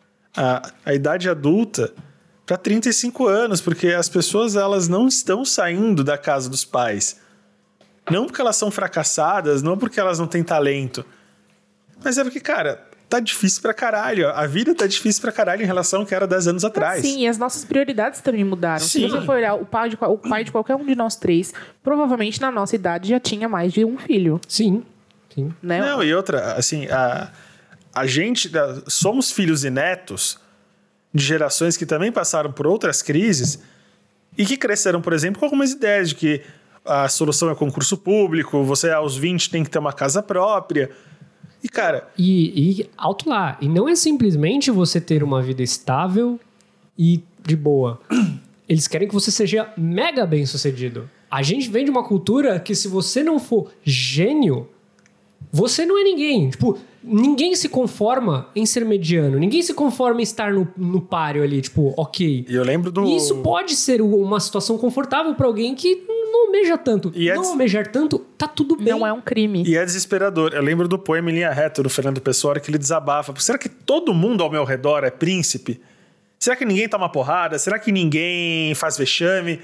a idade adulta para 35 anos, porque as pessoas elas não estão saindo da casa dos pais. Não porque elas são fracassadas, não porque elas não têm talento, mas é porque, cara, tá difícil pra caralho. A vida tá difícil pra caralho em relação ao que era 10 anos atrás. Sim, e as nossas prioridades também mudaram. Sim. Se você for olhar o pai de qualquer um de nós três, provavelmente na nossa idade já tinha mais de um filho. Sim. Né? Não, e outra, assim, a gente somos filhos e netos de gerações que também passaram por outras crises e que cresceram, por exemplo, com algumas ideias de que a solução é concurso público, você aos 20 tem que ter uma casa própria. E, cara... E alto lá. E não é simplesmente você ter uma vida estável e de boa. Eles querem que você seja mega bem sucedido. A gente vem de uma cultura que se você não for gênio, você não é ninguém. Tipo, ninguém se conforma em ser mediano. Ninguém se conforma em estar no páreo ali, tipo, ok. E eu lembro do... E isso pode ser uma situação confortável pra alguém que não almeja tanto. Não almejar tanto, tá tudo bem. Não é um crime. E é desesperador. Eu lembro do poema Em Linha Reta, do Fernando Pessoa, que ele desabafa. Será que todo mundo ao meu redor é príncipe? Será que ninguém toma porrada? Será que ninguém faz vexame?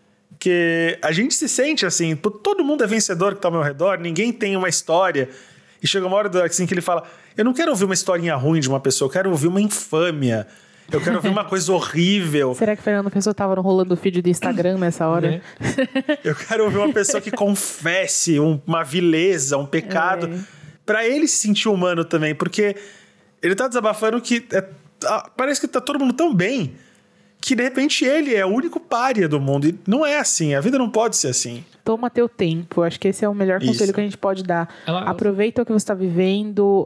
Que a gente se sente assim, todo mundo é vencedor que tá ao meu redor, ninguém tem uma história. E chega uma hora assim que ele fala, eu não quero ouvir uma historinha ruim de uma pessoa, eu quero ouvir uma infâmia. Eu quero ouvir uma coisa horrível. Será que o Fernando Pessoa tava rolando o feed do Instagram nessa hora? Eu quero ouvir uma pessoa que confesse uma vileza, um pecado, pra ele se sentir humano também, porque ele tá desabafando que parece que tá todo mundo tão bem que de repente ele é o único pária do mundo. E não é assim, a vida não pode ser assim. Toma teu tempo. Acho que esse é o melhor conselho que a gente pode dar. Aproveita o que você está vivendo.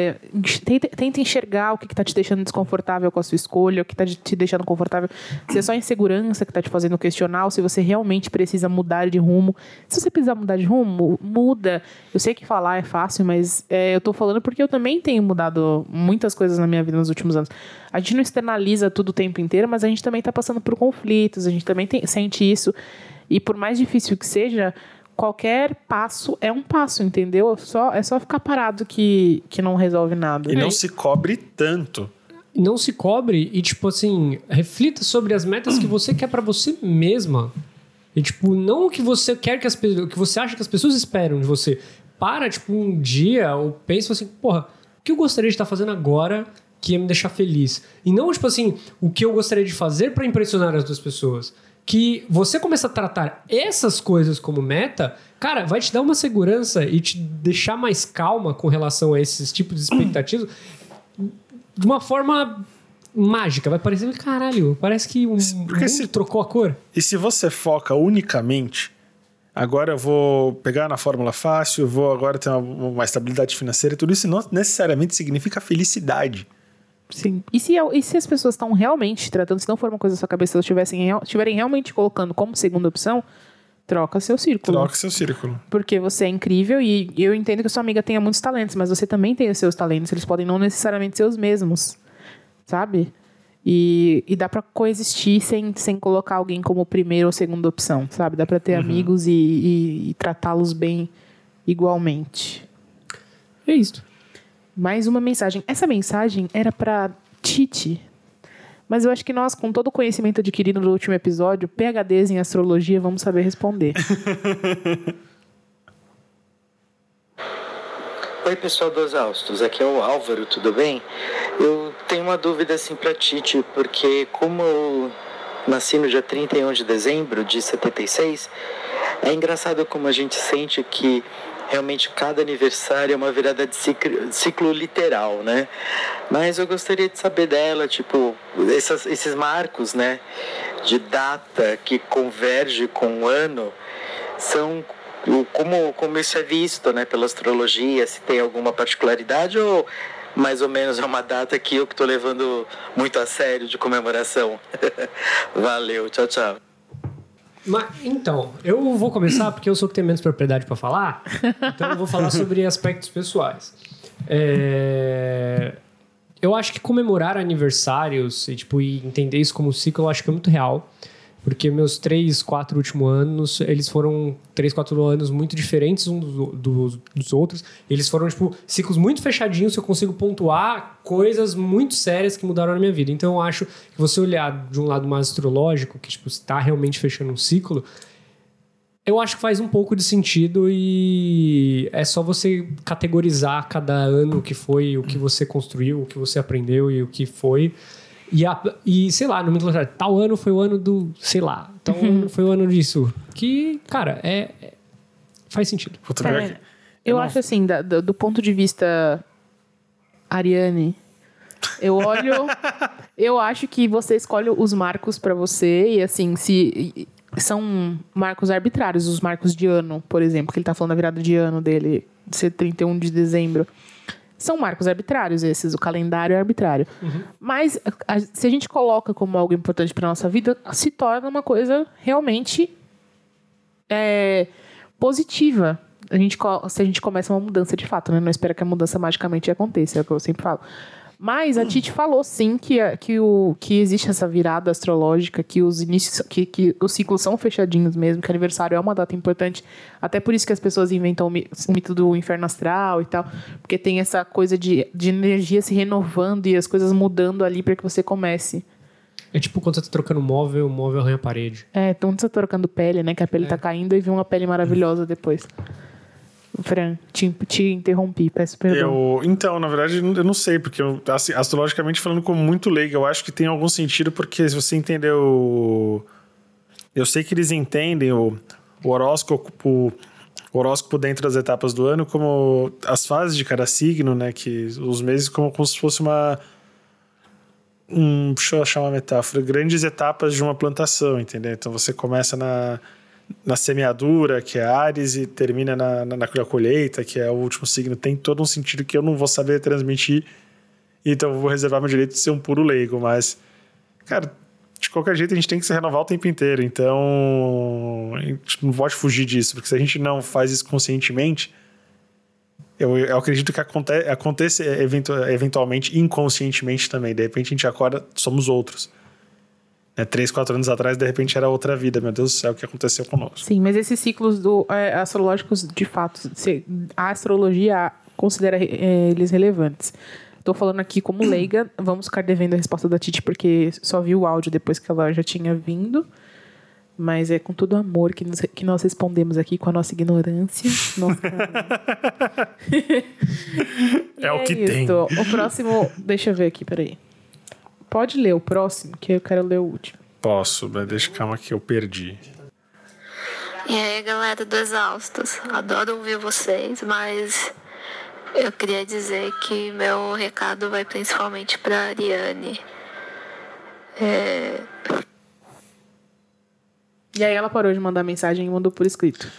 Tenta enxergar o que está te deixando desconfortável com a sua escolha, o que está te deixando confortável. Se é só insegurança que está te fazendo questionar, ou se você realmente precisa mudar de rumo. Se você precisar mudar de rumo, muda. Eu sei que falar é fácil, mas eu estou falando porque eu também tenho mudado muitas coisas na minha vida nos últimos anos. A gente não externaliza tudo o tempo inteiro, mas a gente também está passando por conflitos, a gente também sente isso. E por mais difícil que seja, qualquer passo é um passo, entendeu? É só ficar parado que não resolve nada. E não se cobre tanto. Não se cobre e, tipo assim, reflita sobre as metas que você quer pra você mesma. E, tipo, não o que você quer o que você acha que as pessoas esperam de você. Para, tipo, um dia ou pensa assim, porra, o que eu gostaria de estar fazendo agora que ia me deixar feliz? E não, tipo assim, o que eu gostaria de fazer pra impressionar as outras pessoas. Que você começa a tratar essas coisas como meta, cara, vai te dar uma segurança e te deixar mais calma com relação a esses tipos de expectativas de uma forma mágica. Vai parecer, caralho, parece que o mundo trocou a cor. E se você foca unicamente, agora eu vou pegar na fórmula fácil, eu vou agora ter uma estabilidade financeira, tudo isso não necessariamente significa felicidade. Sim. E se as pessoas estão realmente tratando, se não for uma coisa da sua cabeça, se elas estiverem realmente colocando como segunda opção, troca seu círculo. Troca seu círculo. Porque você é incrível e eu entendo que a sua amiga tenha muitos talentos, mas você também tem os seus talentos, eles podem não necessariamente ser os mesmos, sabe? E dá pra coexistir sem colocar alguém como primeira ou segunda opção, sabe? Dá pra ter amigos e tratá-los bem igualmente. É isso. Mais uma mensagem. Essa mensagem era para Titi. Mas eu acho que nós, com todo o conhecimento adquirido no último episódio, PhDs em astrologia, vamos saber responder. Oi, pessoal do Exaustos. Aqui é o Álvaro, tudo bem? Eu tenho uma dúvida assim para Titi, porque como eu nasci no dia 31 de dezembro de 76, é engraçado como a gente sente que realmente cada aniversário é uma virada de ciclo literal, né? Mas eu gostaria de saber dela, tipo, esses marcos, né, de data que converge com o ano, são como isso é visto, né, pela astrologia, se tem alguma particularidade ou mais ou menos é uma data que eu que estou levando muito a sério de comemoração. Valeu, tchau, tchau. Então, eu vou começar porque eu sou que tem menos propriedade para falar, então eu vou falar sobre aspectos pessoais. Eu acho que comemorar aniversários e entender isso como ciclo, eu acho que é muito real, porque meus 3, 4 últimos anos, eles foram 3, 4 anos muito diferentes uns dos outros. Eles foram, ciclos muito fechadinhos, que eu consigo pontuar coisas muito sérias que mudaram na minha vida. Então, eu acho que você olhar de um lado mais astrológico, que está realmente fechando um ciclo, eu acho que faz um pouco de sentido e é só você categorizar cada ano que foi, o que você construiu, o que você aprendeu e o que foi... E sei lá, no mitologia, tal ano foi o ano do, sei lá, tal ano foi o ano disso. Que, cara, faz sentido. Eu acho assim, do ponto de vista Ariane, eu acho que você escolhe os marcos pra você e assim, são marcos arbitrários, os marcos de ano, por exemplo, que ele está falando da virada de ano dele, de ser 31 de dezembro. São marcos arbitrários esses, o calendário é arbitrário. Mas se a gente coloca como algo importante para nossa vida, se torna uma coisa realmente positiva. Se a gente começa uma mudança de fato, né? Não espera que a mudança magicamente aconteça, é o que eu sempre falo. Mas a Titi falou sim que existe essa virada astrológica, que os inícios, que os ciclos são fechadinhos mesmo, que aniversário é uma data importante. Até por isso que as pessoas inventam o mito do inferno astral e tal, porque tem essa coisa de energia se renovando e as coisas mudando ali para que você comece. É tipo quando você tá trocando móvel, o móvel arranha a parede. Então você tá trocando pele, né? Que a pele tá caindo e vem uma pele maravilhosa depois. Fran, te interrompi, peço perdão. Então, na verdade, eu não sei, porque assim, astrologicamente falando como muito leigo, eu acho que tem algum sentido, porque se você entendeu... Eu sei que eles entendem o horóscopo dentro das etapas do ano como as fases de cada signo, né? Que os meses como se fosse uma... deixa eu achar uma metáfora. Grandes etapas de uma plantação, entendeu? Então você começa na semeadura, que é Áries, e termina na colheita, que é o último signo. Tem todo um sentido que eu não vou saber transmitir, então eu vou reservar meu direito de ser um puro leigo, mas, cara, de qualquer jeito a gente tem que se renovar o tempo inteiro, então a gente não pode fugir disso, porque se a gente não faz isso conscientemente, eu acredito que acontece eventualmente inconscientemente também. De repente a gente acorda, somos outros. 3, 4 anos atrás, de repente, era outra vida. Meu Deus do céu, o que aconteceu conosco? Sim, mas esses ciclos astrológicos, de fato, a astrologia considera eles relevantes. Estou falando aqui como leiga, vamos ficar devendo a resposta da Titi, porque só vi o áudio depois que ela já tinha vindo. Mas é com todo amor que nós respondemos aqui, com a nossa ignorância. É o que isso. tem. O próximo... Deixa eu ver aqui, peraí. Pode ler o próximo, que eu quero ler o último. Posso, mas deixa calma que eu perdi. E aí, galera do Exaustos, adoro ouvir vocês, mas eu queria dizer que meu recado vai principalmente para Ariane. E aí ela parou de mandar mensagem e mandou por escrito.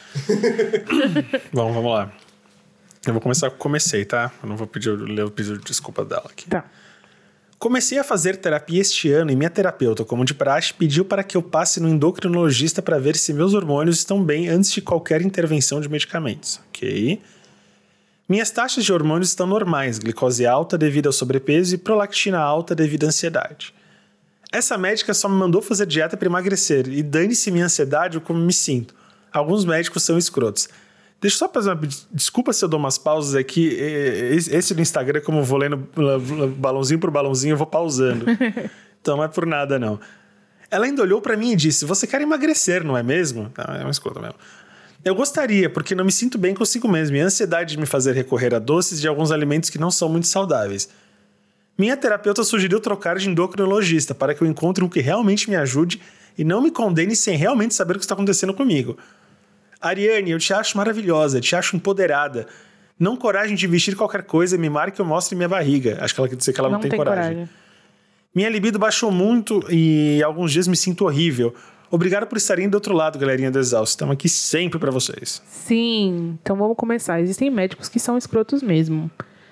Bom, vamos lá. Eu vou começar com comecei, tá? Eu não vou ler o pedido de desculpa dela aqui. Tá. Comecei a fazer terapia este ano e minha terapeuta, como de praxe, pediu para que eu passe no endocrinologista para ver se meus hormônios estão bem antes de qualquer intervenção de medicamentos. Ok. Minhas taxas de hormônios estão normais, glicose alta devido ao sobrepeso e prolactina alta devido à ansiedade. Essa médica só me mandou fazer dieta para emagrecer e dane-se minha ansiedade ou como me sinto. Alguns médicos são escrotos. Deixa eu só fazer uma... Desculpa se eu dou umas pausas aqui. Esse do Instagram, como eu vou lendo balãozinho por balãozinho, eu vou pausando. Então não é por nada, não. Ela ainda olhou pra mim e disse, você quer emagrecer, não é mesmo? Não, é uma escrota mesmo. Eu gostaria, porque não me sinto bem consigo mesmo. E a ansiedade de me fazer recorrer a doces de alguns alimentos que não são muito saudáveis. Minha terapeuta sugeriu trocar de endocrinologista para que eu encontre um que realmente me ajude e não me condene sem realmente saber o que está acontecendo comigo. Ariane, eu te acho maravilhosa, te acho empoderada. Não coragem de vestir qualquer coisa, me marque ou mostre minha barriga. Acho que ela quer dizer que ela não tem coragem. Minha libido baixou muito e alguns dias me sinto horrível. Obrigado por estarem do outro lado, galerinha do Exausto. Estamos aqui sempre pra vocês. Sim, então vamos começar. Existem médicos que são escrotos mesmo.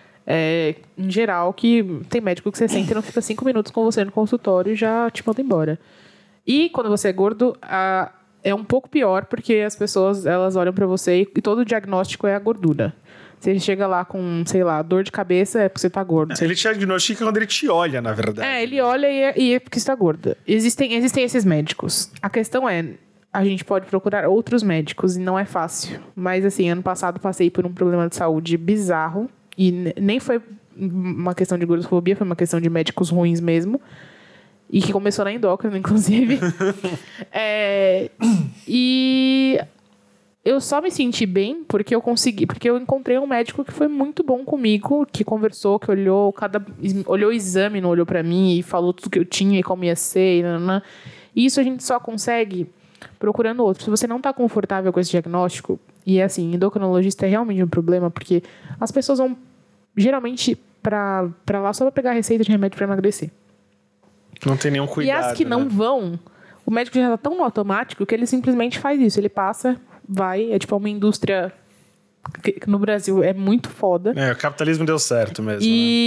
Em geral, que tem médico que você senta e não fica 5 minutos com você no consultório e já te manda embora. E quando você é gordo, é um pouco pior, porque as pessoas, elas olham pra você e todo o diagnóstico é a gordura. Você chega lá com, sei lá, dor de cabeça, é porque você tá gordo. Ele te diagnostica quando ele te olha, na verdade. Ele olha e é porque você tá gorda. Existem esses médicos. A questão é, a gente pode procurar outros médicos e não é fácil. Mas, assim, ano passado passei por um problema de saúde bizarro e nem foi uma questão de gordofobia, foi uma questão de médicos ruins mesmo. E que começou na endócrina, inclusive. E eu só me senti bem porque eu encontrei um médico que foi muito bom comigo, que conversou, que olhou o exame, não olhou pra mim e falou tudo que eu tinha e como ia ser. E isso a gente só consegue procurando outro. Se você não tá confortável com esse diagnóstico, e assim, endocrinologista é realmente um problema, porque as pessoas vão geralmente pra lá só pra pegar receita de remédio pra emagrecer. Não tem nenhum cuidado. E as que não vão, O médico já tá tão no automático que ele simplesmente faz isso. Ele passa, vai, é tipo uma indústria que no Brasil é muito foda. O capitalismo deu certo mesmo.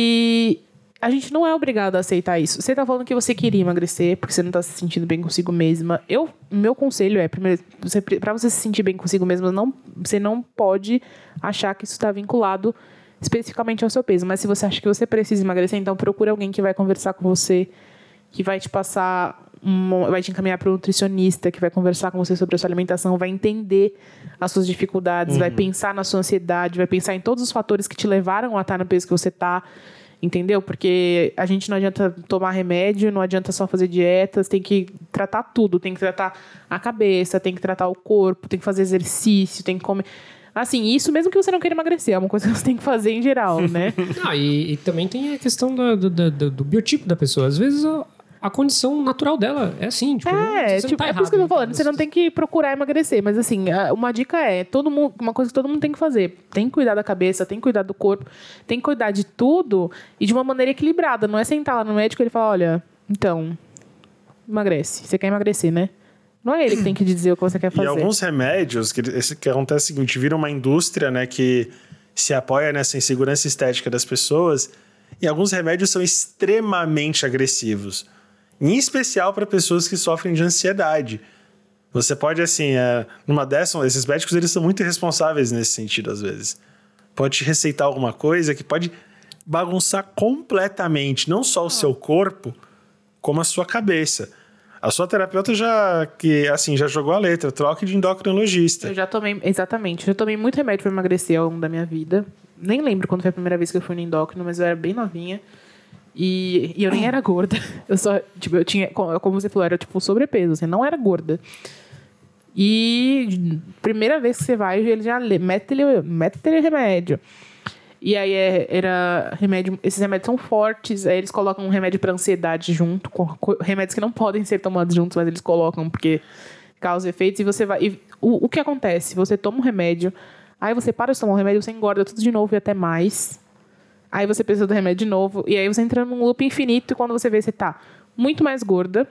E a gente não é obrigado a aceitar isso. Você tá falando que você queria emagrecer porque você não tá se sentindo bem consigo mesma. Meu conselho é, primeiro, pra você se sentir bem consigo mesma, você não pode achar que isso tá vinculado especificamente ao seu peso. Mas se você acha que você precisa emagrecer, então procure alguém que vai conversar com você, que vai te passar, vai te encaminhar para um nutricionista, que vai conversar com você sobre a sua alimentação, vai entender as suas dificuldades, vai pensar na sua ansiedade, vai pensar em todos os fatores que te levaram a estar no peso que você está, entendeu? Porque a gente não adianta tomar remédio, não adianta só fazer dietas, tem que tratar tudo, tem que tratar a cabeça, tem que tratar o corpo, tem que fazer exercício, tem que comer... Assim, isso mesmo que você não queira emagrecer, é uma coisa que você tem que fazer em geral, né? E também tem a questão do biotipo da pessoa. Às vezes a condição natural dela é assim. Tipo, você não tá é por isso que eu tô falando. Você não tem que procurar emagrecer. Mas assim, uma dica é, uma coisa que todo mundo tem que fazer. Tem que cuidar da cabeça, tem que cuidar do corpo, tem que cuidar de tudo e de uma maneira equilibrada. Não é sentar lá no médico e ele falar, olha, então, emagrece. Você quer emagrecer, né? Não é ele que tem que dizer o que você quer fazer. E alguns remédios, que acontece é o seguinte, vira uma indústria, né, que se apoia nessa insegurança estética das pessoas, e alguns remédios são extremamente agressivos. Em especial para pessoas que sofrem de ansiedade. Você pode, assim, numa dessas, esses médicos, eles são muito irresponsáveis nesse sentido, às vezes. Pode te receitar alguma coisa que pode bagunçar completamente, não só o seu corpo, como a sua cabeça. A sua terapeuta já jogou a letra, troque de endocrinologista. Eu já tomei muito remédio para emagrecer ao longo da minha vida. Nem lembro quando foi a primeira vez que eu fui no endócrino, mas eu era bem novinha. E eu nem era gorda. Eu tinha, como você falou, era tipo sobrepeso, você não era gorda. E primeira vez que você vai, ele já mete remédio. E aí era remédio, esses remédios são fortes, aí eles colocam um remédio para ansiedade junto, com remédios que não podem ser tomados juntos, mas eles colocam porque causa efeitos, e você vai... E o que acontece? Você toma um remédio, aí você para de tomar o remédio, você engorda tudo de novo e até mais, aí você precisa do remédio de novo, e aí você entra num loop infinito, e quando você vê, você tá muito mais gorda.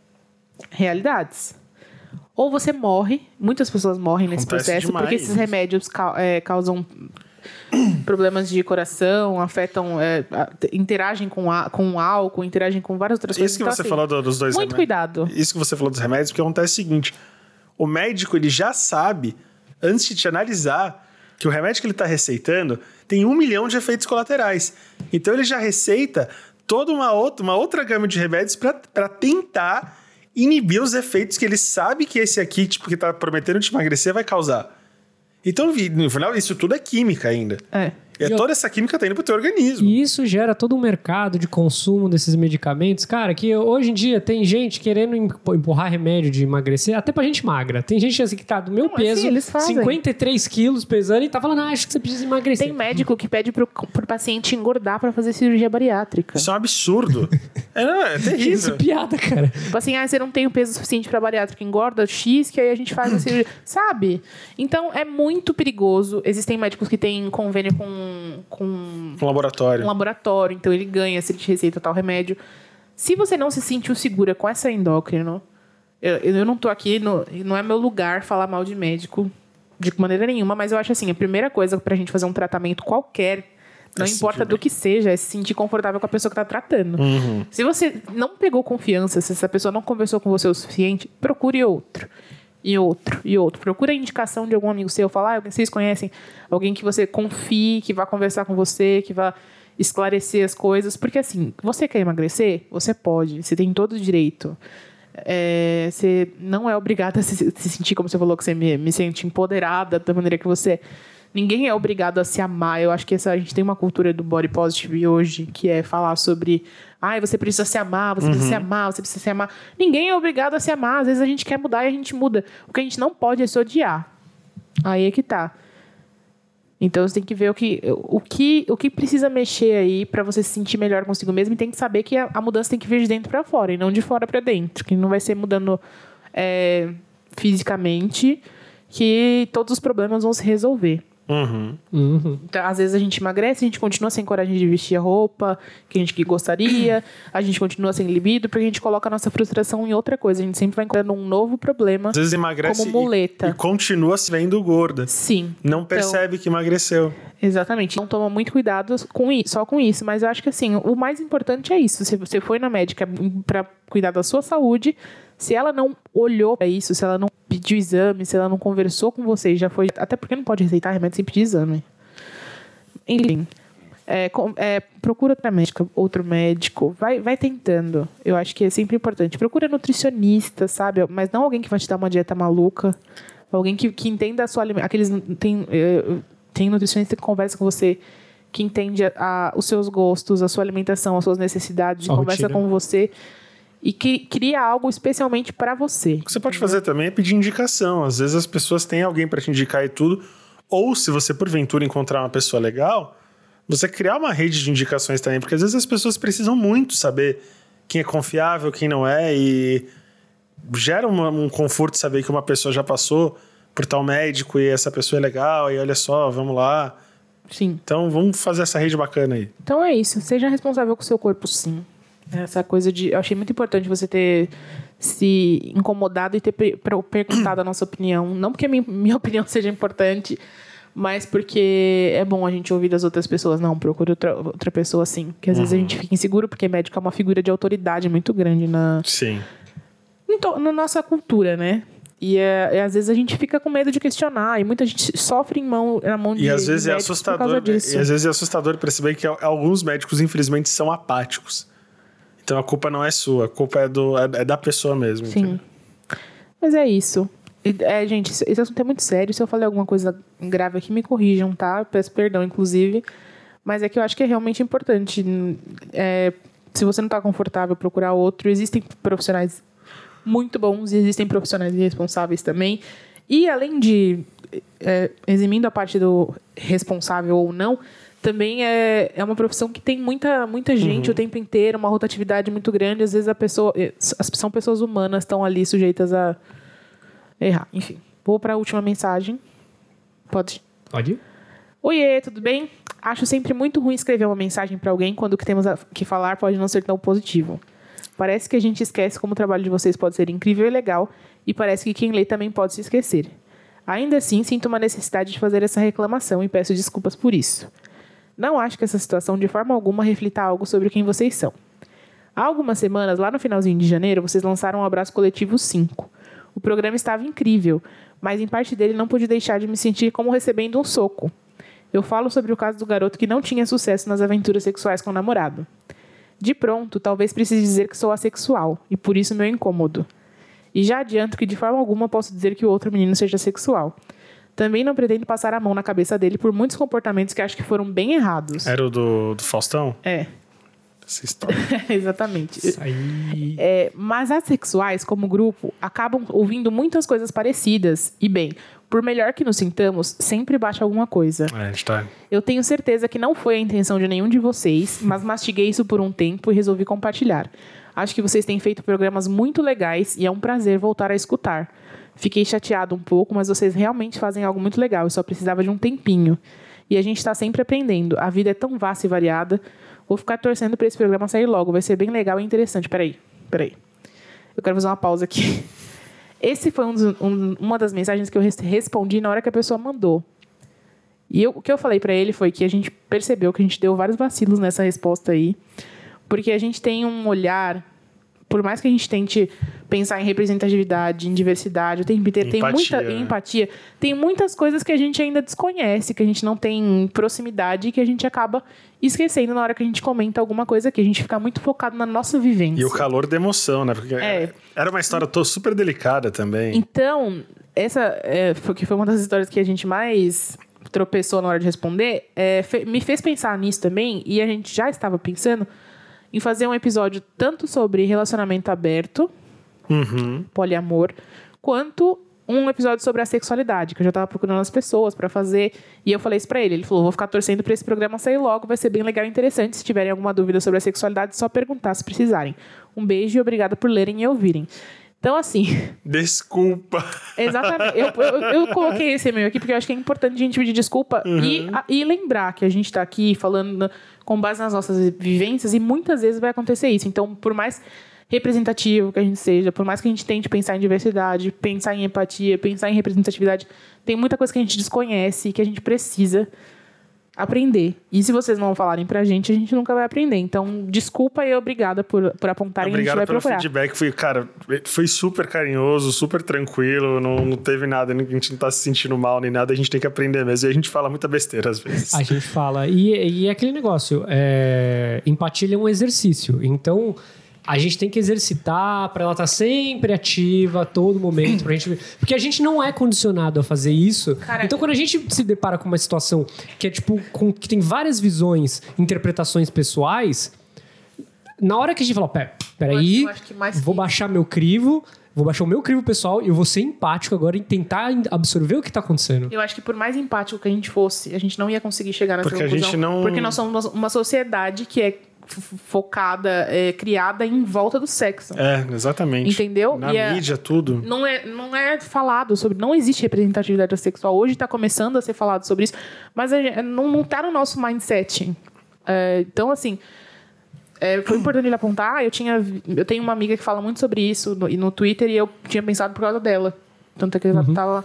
Realidades. Ou você morre, muitas pessoas morrem nesse processo, porque esses remédios causam problemas de coração, afetam, interagem com álcool, interagem com várias outras coisas. Isso que você falou dos dois remédios. Muito cuidado. Isso que você falou dos remédios, porque acontece o seguinte, o médico, ele já sabe, antes de te analisar, que o remédio que ele está receitando tem 1 milhão de efeitos colaterais. Então ele já receita toda uma outra gama de remédios para tentar inibir os efeitos que ele sabe que esse aqui, tipo, que está prometendo te emagrecer, vai causar. Então, no final, isso tudo é química ainda. Toda essa química tá indo pro teu organismo. E isso gera todo um mercado de consumo desses medicamentos. Cara, que hoje em dia tem gente querendo empurrar remédio de emagrecer, até pra gente magra. Tem gente assim que tá do meu peso, 53 quilos pesando, e tá falando, acho que você precisa emagrecer. Tem médico que pede pro paciente engordar pra fazer cirurgia bariátrica. Isso é um absurdo. é terrível. Isso é piada, cara. Tipo assim, você não tem o peso suficiente pra bariátrica, engorda X, que aí a gente faz a cirurgia. Sabe? Então, é muito perigoso. Existem médicos que têm convênio com laboratório. Um laboratório, então ele ganha se ele te receita tal remédio. Se você não se sentiu segura com essa endócrino, eu não tô aqui, não é meu lugar falar mal de médico de maneira nenhuma, mas eu acho assim, a primeira coisa pra gente fazer um tratamento qualquer, não importa do que seja, é se sentir confortável com a pessoa que tá tratando. Se você não pegou confiança, se essa pessoa não conversou com você o suficiente, procure outro. E outro. Procura a indicação de algum amigo seu. Fala, vocês conhecem alguém que você confie, que vai conversar com você, que vai esclarecer as coisas. Porque, assim, você quer emagrecer? Você pode. Você tem todo o direito. Você não é obrigada a se sentir, como você falou, que você me sente empoderada da maneira que você é. Ninguém é obrigado a se amar. Eu acho que a gente tem uma cultura do body positive hoje, que é falar sobre... você precisa se amar, você precisa se amar, você precisa se amar. Ninguém é obrigado a se amar. Às vezes a gente quer mudar e a gente muda. O que a gente não pode é se odiar. Aí é que tá. Então você tem que ver o que precisa mexer aí pra você se sentir melhor consigo mesmo, e tem que saber que a mudança tem que vir de dentro pra fora e não de fora pra dentro. Que não vai ser mudando fisicamente que todos os problemas vão se resolver. Então, às vezes a gente emagrece, a gente continua sem coragem de vestir a roupa que a gente gostaria, a gente continua sem libido, porque a gente coloca a nossa frustração em outra coisa. A gente sempre vai encontrando um novo problema. Às vezes emagrece como muleta. E continua se vendo gorda. Sim. Não percebe que emagreceu. Exatamente. Não toma muito cuidado só com isso. Mas eu acho que assim, o mais importante é isso. Se você foi na médica para cuidar da sua saúde, se ela não olhou para isso, se ela não pediu exame, se ela não conversou com você, já foi... Até porque não pode receitar remédio sem pedir exame. Enfim. Procura outra médica, outro médico. Vai tentando. Eu acho que é sempre importante. Procura nutricionista, sabe? Mas não alguém que vai te dar uma dieta maluca. Alguém que entenda a sua alimentação. Tem nutricionista que conversa com você, que entende os seus gostos, a sua alimentação, as suas necessidades, conversa com você e que cria algo especialmente para você. O que você pode fazer também é pedir indicação. Às vezes as pessoas têm alguém para te indicar e tudo. Ou se você, porventura, encontrar uma pessoa legal, você criar uma rede de indicações também. Porque às vezes as pessoas precisam muito saber quem é confiável, quem não é. E gera um conforto saber que uma pessoa já passou por tal médico e essa pessoa é legal. E olha só, vamos lá. Sim. Então vamos fazer essa rede bacana aí. Então é isso. Seja responsável com o seu corpo, sim. Essa coisa de... Eu achei muito importante você ter se incomodado e ter perguntado a nossa opinião. Não porque minha opinião seja importante, mas porque é bom a gente ouvir das outras pessoas. Não, procure outra pessoa, sim. Porque às vezes a gente fica inseguro, porque médico é uma figura de autoridade muito grande Sim. na nossa cultura, né? E às vezes a gente fica com medo de questionar. E muita gente sofre na mão de E às vezes é médicos assustador. por causa disso. E às vezes é assustador perceber que alguns médicos, infelizmente, são apáticos. Então a culpa não é sua, a culpa é da pessoa mesmo. Sim. Entendeu? Mas é isso. Gente, esse assunto é muito sério. Se eu falei alguma coisa grave aqui, me corrijam, tá? Eu peço perdão, inclusive. Mas é que eu acho que é realmente importante. Se você não está confortável, procurar outro. Existem profissionais muito bons e existem profissionais irresponsáveis também. E além de eximindo a parte do responsável ou não, também é uma profissão que tem muita gente o tempo inteiro, uma rotatividade muito grande. Às vezes são pessoas humanas, estão ali sujeitas a errar. Enfim, vou para a última mensagem. Pode? Pode. Oiê, tudo bem? Acho sempre muito ruim escrever uma mensagem para alguém quando o que temos que falar pode não ser tão positivo. Parece que a gente esquece como o trabalho de vocês pode ser incrível e legal, e parece que quem lê também pode se esquecer. Ainda assim, sinto uma necessidade de fazer essa reclamação e peço desculpas por isso. Não acho que essa situação de forma alguma reflita algo sobre quem vocês são. Há algumas semanas, lá no finalzinho de janeiro, vocês lançaram o Abraço Coletivo 5. O programa estava incrível, mas em parte dele não pude deixar de me sentir como recebendo um soco. Eu falo sobre o caso do garoto que não tinha sucesso nas aventuras sexuais com o namorado. De pronto, talvez precise dizer que sou assexual, e por isso meu incômodo. E já adianto que de forma alguma posso dizer que o outro menino seja sexual. Também não pretendo passar a mão na cabeça dele por muitos comportamentos que acho que foram bem errados. Era o do Faustão? É. Essa história. Exatamente. Isso aí. Mas assexuais, como grupo, acabam ouvindo muitas coisas parecidas. E bem, por melhor que nos sintamos, sempre bate alguma coisa. Está. Eu tenho certeza que não foi a intenção de nenhum de vocês, mas mastiguei isso por um tempo e resolvi compartilhar. Acho que vocês têm feito programas muito legais e é um prazer voltar a escutar. Fiquei chateado um pouco, mas vocês realmente fazem algo muito legal e só precisava de um tempinho. E a gente está sempre aprendendo. A vida é tão vasta e variada. Vou ficar torcendo para esse programa sair logo. Vai ser bem legal e interessante. Peraí. Eu quero fazer uma pausa aqui. Esse foi uma das mensagens que eu respondi na hora que a pessoa mandou. E o que eu falei para ele foi que a gente percebeu que a gente deu vários vacilos nessa resposta aí. Porque a gente tem um olhar... Por mais que a gente tente pensar em representatividade, em diversidade, o tempo inteiro, tem muita empatia, tem muitas coisas que a gente ainda desconhece, que a gente não tem proximidade e que a gente acaba esquecendo na hora que a gente comenta alguma coisa aqui. A gente fica muito focado na nossa vivência. E o calor da emoção, né? Porque era uma história super delicada também. Então, essa foi uma das histórias que a gente mais tropeçou na hora de responder, me fez pensar nisso também, e a gente já estava pensando em fazer um episódio tanto sobre relacionamento aberto, poliamor, quanto um episódio sobre a sexualidade, que eu já estava procurando as pessoas para fazer, e eu falei isso para ele. Ele falou, vou ficar torcendo para esse programa sair logo, vai ser bem legal e interessante. Se tiverem alguma dúvida sobre a sexualidade, é só perguntar se precisarem. Um beijo e obrigada por lerem e ouvirem. Então, assim... Desculpa. Exatamente. Eu coloquei esse e-mail aqui porque eu acho que é importante a gente pedir desculpa e lembrar que a gente está aqui falando com base nas nossas vivências e muitas vezes vai acontecer isso. Então, por mais representativo que a gente seja, por mais que a gente tente pensar em diversidade, pensar em empatia, pensar em representatividade, tem muita coisa que a gente desconhece e que a gente precisa aprender. E se vocês não falarem pra gente, a gente nunca vai aprender. Então, desculpa e obrigada por apontarem. Obrigado, a gente vai procurar. Feedback. Foi super carinhoso, super tranquilo, não teve nada, a gente não tá se sentindo mal nem nada, a gente tem que aprender mesmo. E a gente fala muita besteira às vezes. A gente fala. E é aquele negócio, empatia é um exercício. Então, a gente tem que exercitar para ela estar sempre ativa a todo momento. Pra gente, porque a gente não é condicionado a fazer isso. Caraca. Então, quando a gente se depara com uma situação que é tipo que tem várias visões, interpretações pessoais, na hora que a gente fala, peraí, vou baixar meu crivo, vou baixar o meu crivo pessoal e eu vou ser empático agora e tentar absorver o que tá acontecendo. Eu acho que por mais empático que a gente fosse, a gente não ia conseguir chegar nessa conclusão. Porque nós somos uma sociedade que é focada, criada em volta do sexo. Exatamente. Entendeu? Na mídia, tudo. Não é falado sobre... Não existe representatividade sexual. Hoje está começando a ser falado sobre isso, mas não tá no nosso mindset. Então, assim... foi importante ele apontar. Eu tenho uma amiga que fala muito sobre isso no Twitter e eu tinha pensado por causa dela. Tanto é que ela tava...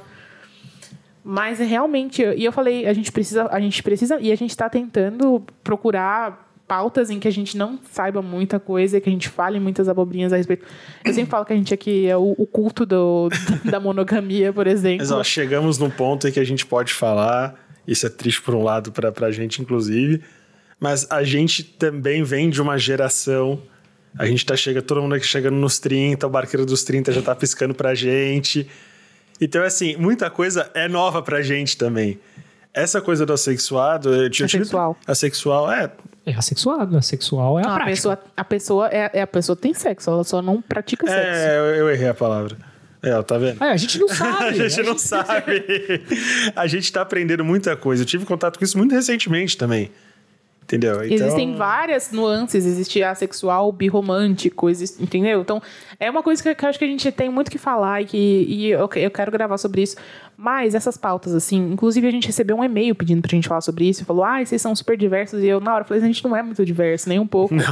Mas realmente... E eu falei, a gente precisa... E a gente está tentando procurar pautas em que a gente não saiba muita coisa, que a gente fale muitas abobrinhas a respeito. Eu sempre falo que a gente aqui é o culto da monogamia, por exemplo. Mas, chegamos num ponto em que a gente pode falar. Isso é triste por um lado pra gente, inclusive. Mas a gente também vem de uma geração... A gente todo mundo aqui chegando nos 30, o barqueiro dos 30 já tá piscando pra gente. Então, assim, muita coisa é nova pra gente também. Essa coisa do assexuado... Assexual. Assexual, assexuado. Assexual é a prática. A pessoa tem sexo, ela só não pratica sexo. Eu errei a palavra. Tá vendo? A gente não sabe. A gente não sabe. A gente tá aprendendo muita coisa. Eu tive contato com isso muito recentemente também. Entendeu? Então... Existem várias nuances. Existe assexual, birromântico, entendeu? Então, é uma coisa que eu acho que a gente tem muito que falar e eu quero gravar sobre isso. Mas essas pautas, assim... Inclusive, a gente recebeu um e-mail pedindo pra gente falar sobre isso. E falou, vocês são super diversos. E eu, na hora, falei, a gente não é muito diverso, nem um pouco. Não.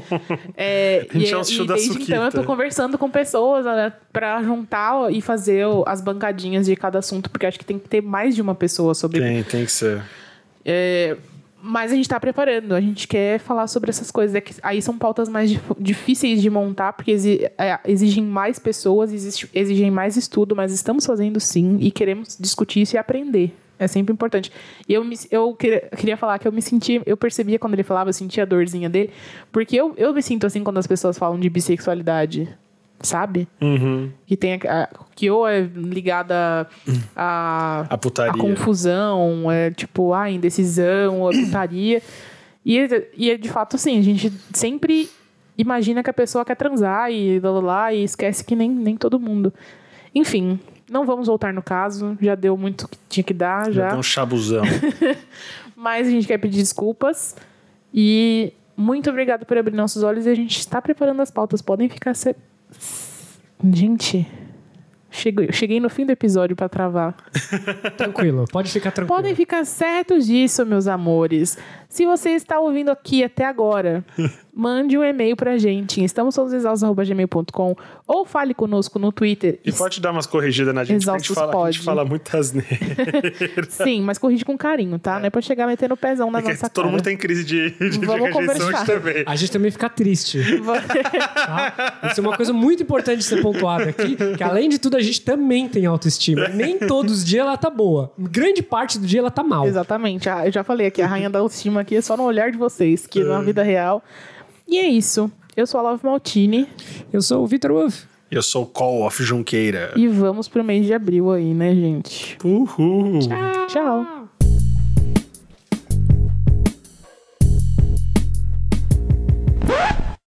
A gente é um chuda desde suquita. então, eu tô conversando com pessoas, né, pra juntar e fazer as bancadinhas de cada assunto. Porque acho que tem que ter mais de uma pessoa sobre... Tem que ser. Mas a gente tá preparando, a gente quer falar sobre essas coisas. Aí são pautas mais difíceis de montar, porque exigem mais pessoas, exigem mais estudo, mas estamos fazendo sim e queremos discutir isso e aprender. É sempre importante. E eu queria falar que eu percebia quando ele falava, eu sentia a dorzinha dele, porque eu me sinto assim quando as pessoas falam de bissexualidade. Sabe? Que tem que ou é ligada a putaria, a confusão, tipo, a indecisão, a putaria. E é de fato assim, a gente sempre imagina que a pessoa quer transar e lá e esquece que nem todo mundo. Enfim, não vamos voltar no caso, já deu muito que tinha que dar. Já deu um chabuzão. Mas a gente quer pedir desculpas e muito obrigado por abrir nossos olhos e a gente está preparando as pautas, podem ficar... Gente, cheguei no fim do episódio pra travar. Tranquilo, pode ficar tranquilo. Podem ficar certos disso, meus amores. Se você está ouvindo aqui até agora, mande um e-mail pra gente em estamosexaustos@gmail.com ou fale conosco no Twitter. E pode dar umas corrigidas na gente, porque a gente fala muitas asneiras. Sim, mas corrige com carinho, tá? Não é pra chegar metendo o pezão na nossa cara. Todo mundo tem crise de rejeição também. A gente também fica triste. Tá? Isso é uma coisa muito importante de ser pontuada aqui, que além de tudo a gente também tem autoestima. Nem todos os dias ela tá boa. Grande parte do dia ela tá mal. Exatamente. Eu já falei aqui, a rainha da autoestima aqui é só no olhar de vocês, que na vida real... E é isso. Eu sou a Love Maltini. Eu sou o Vitor Wolff. Eu sou o Call of Junqueira. E vamos pro mês de abril aí, né, gente? Uhul. Tchau.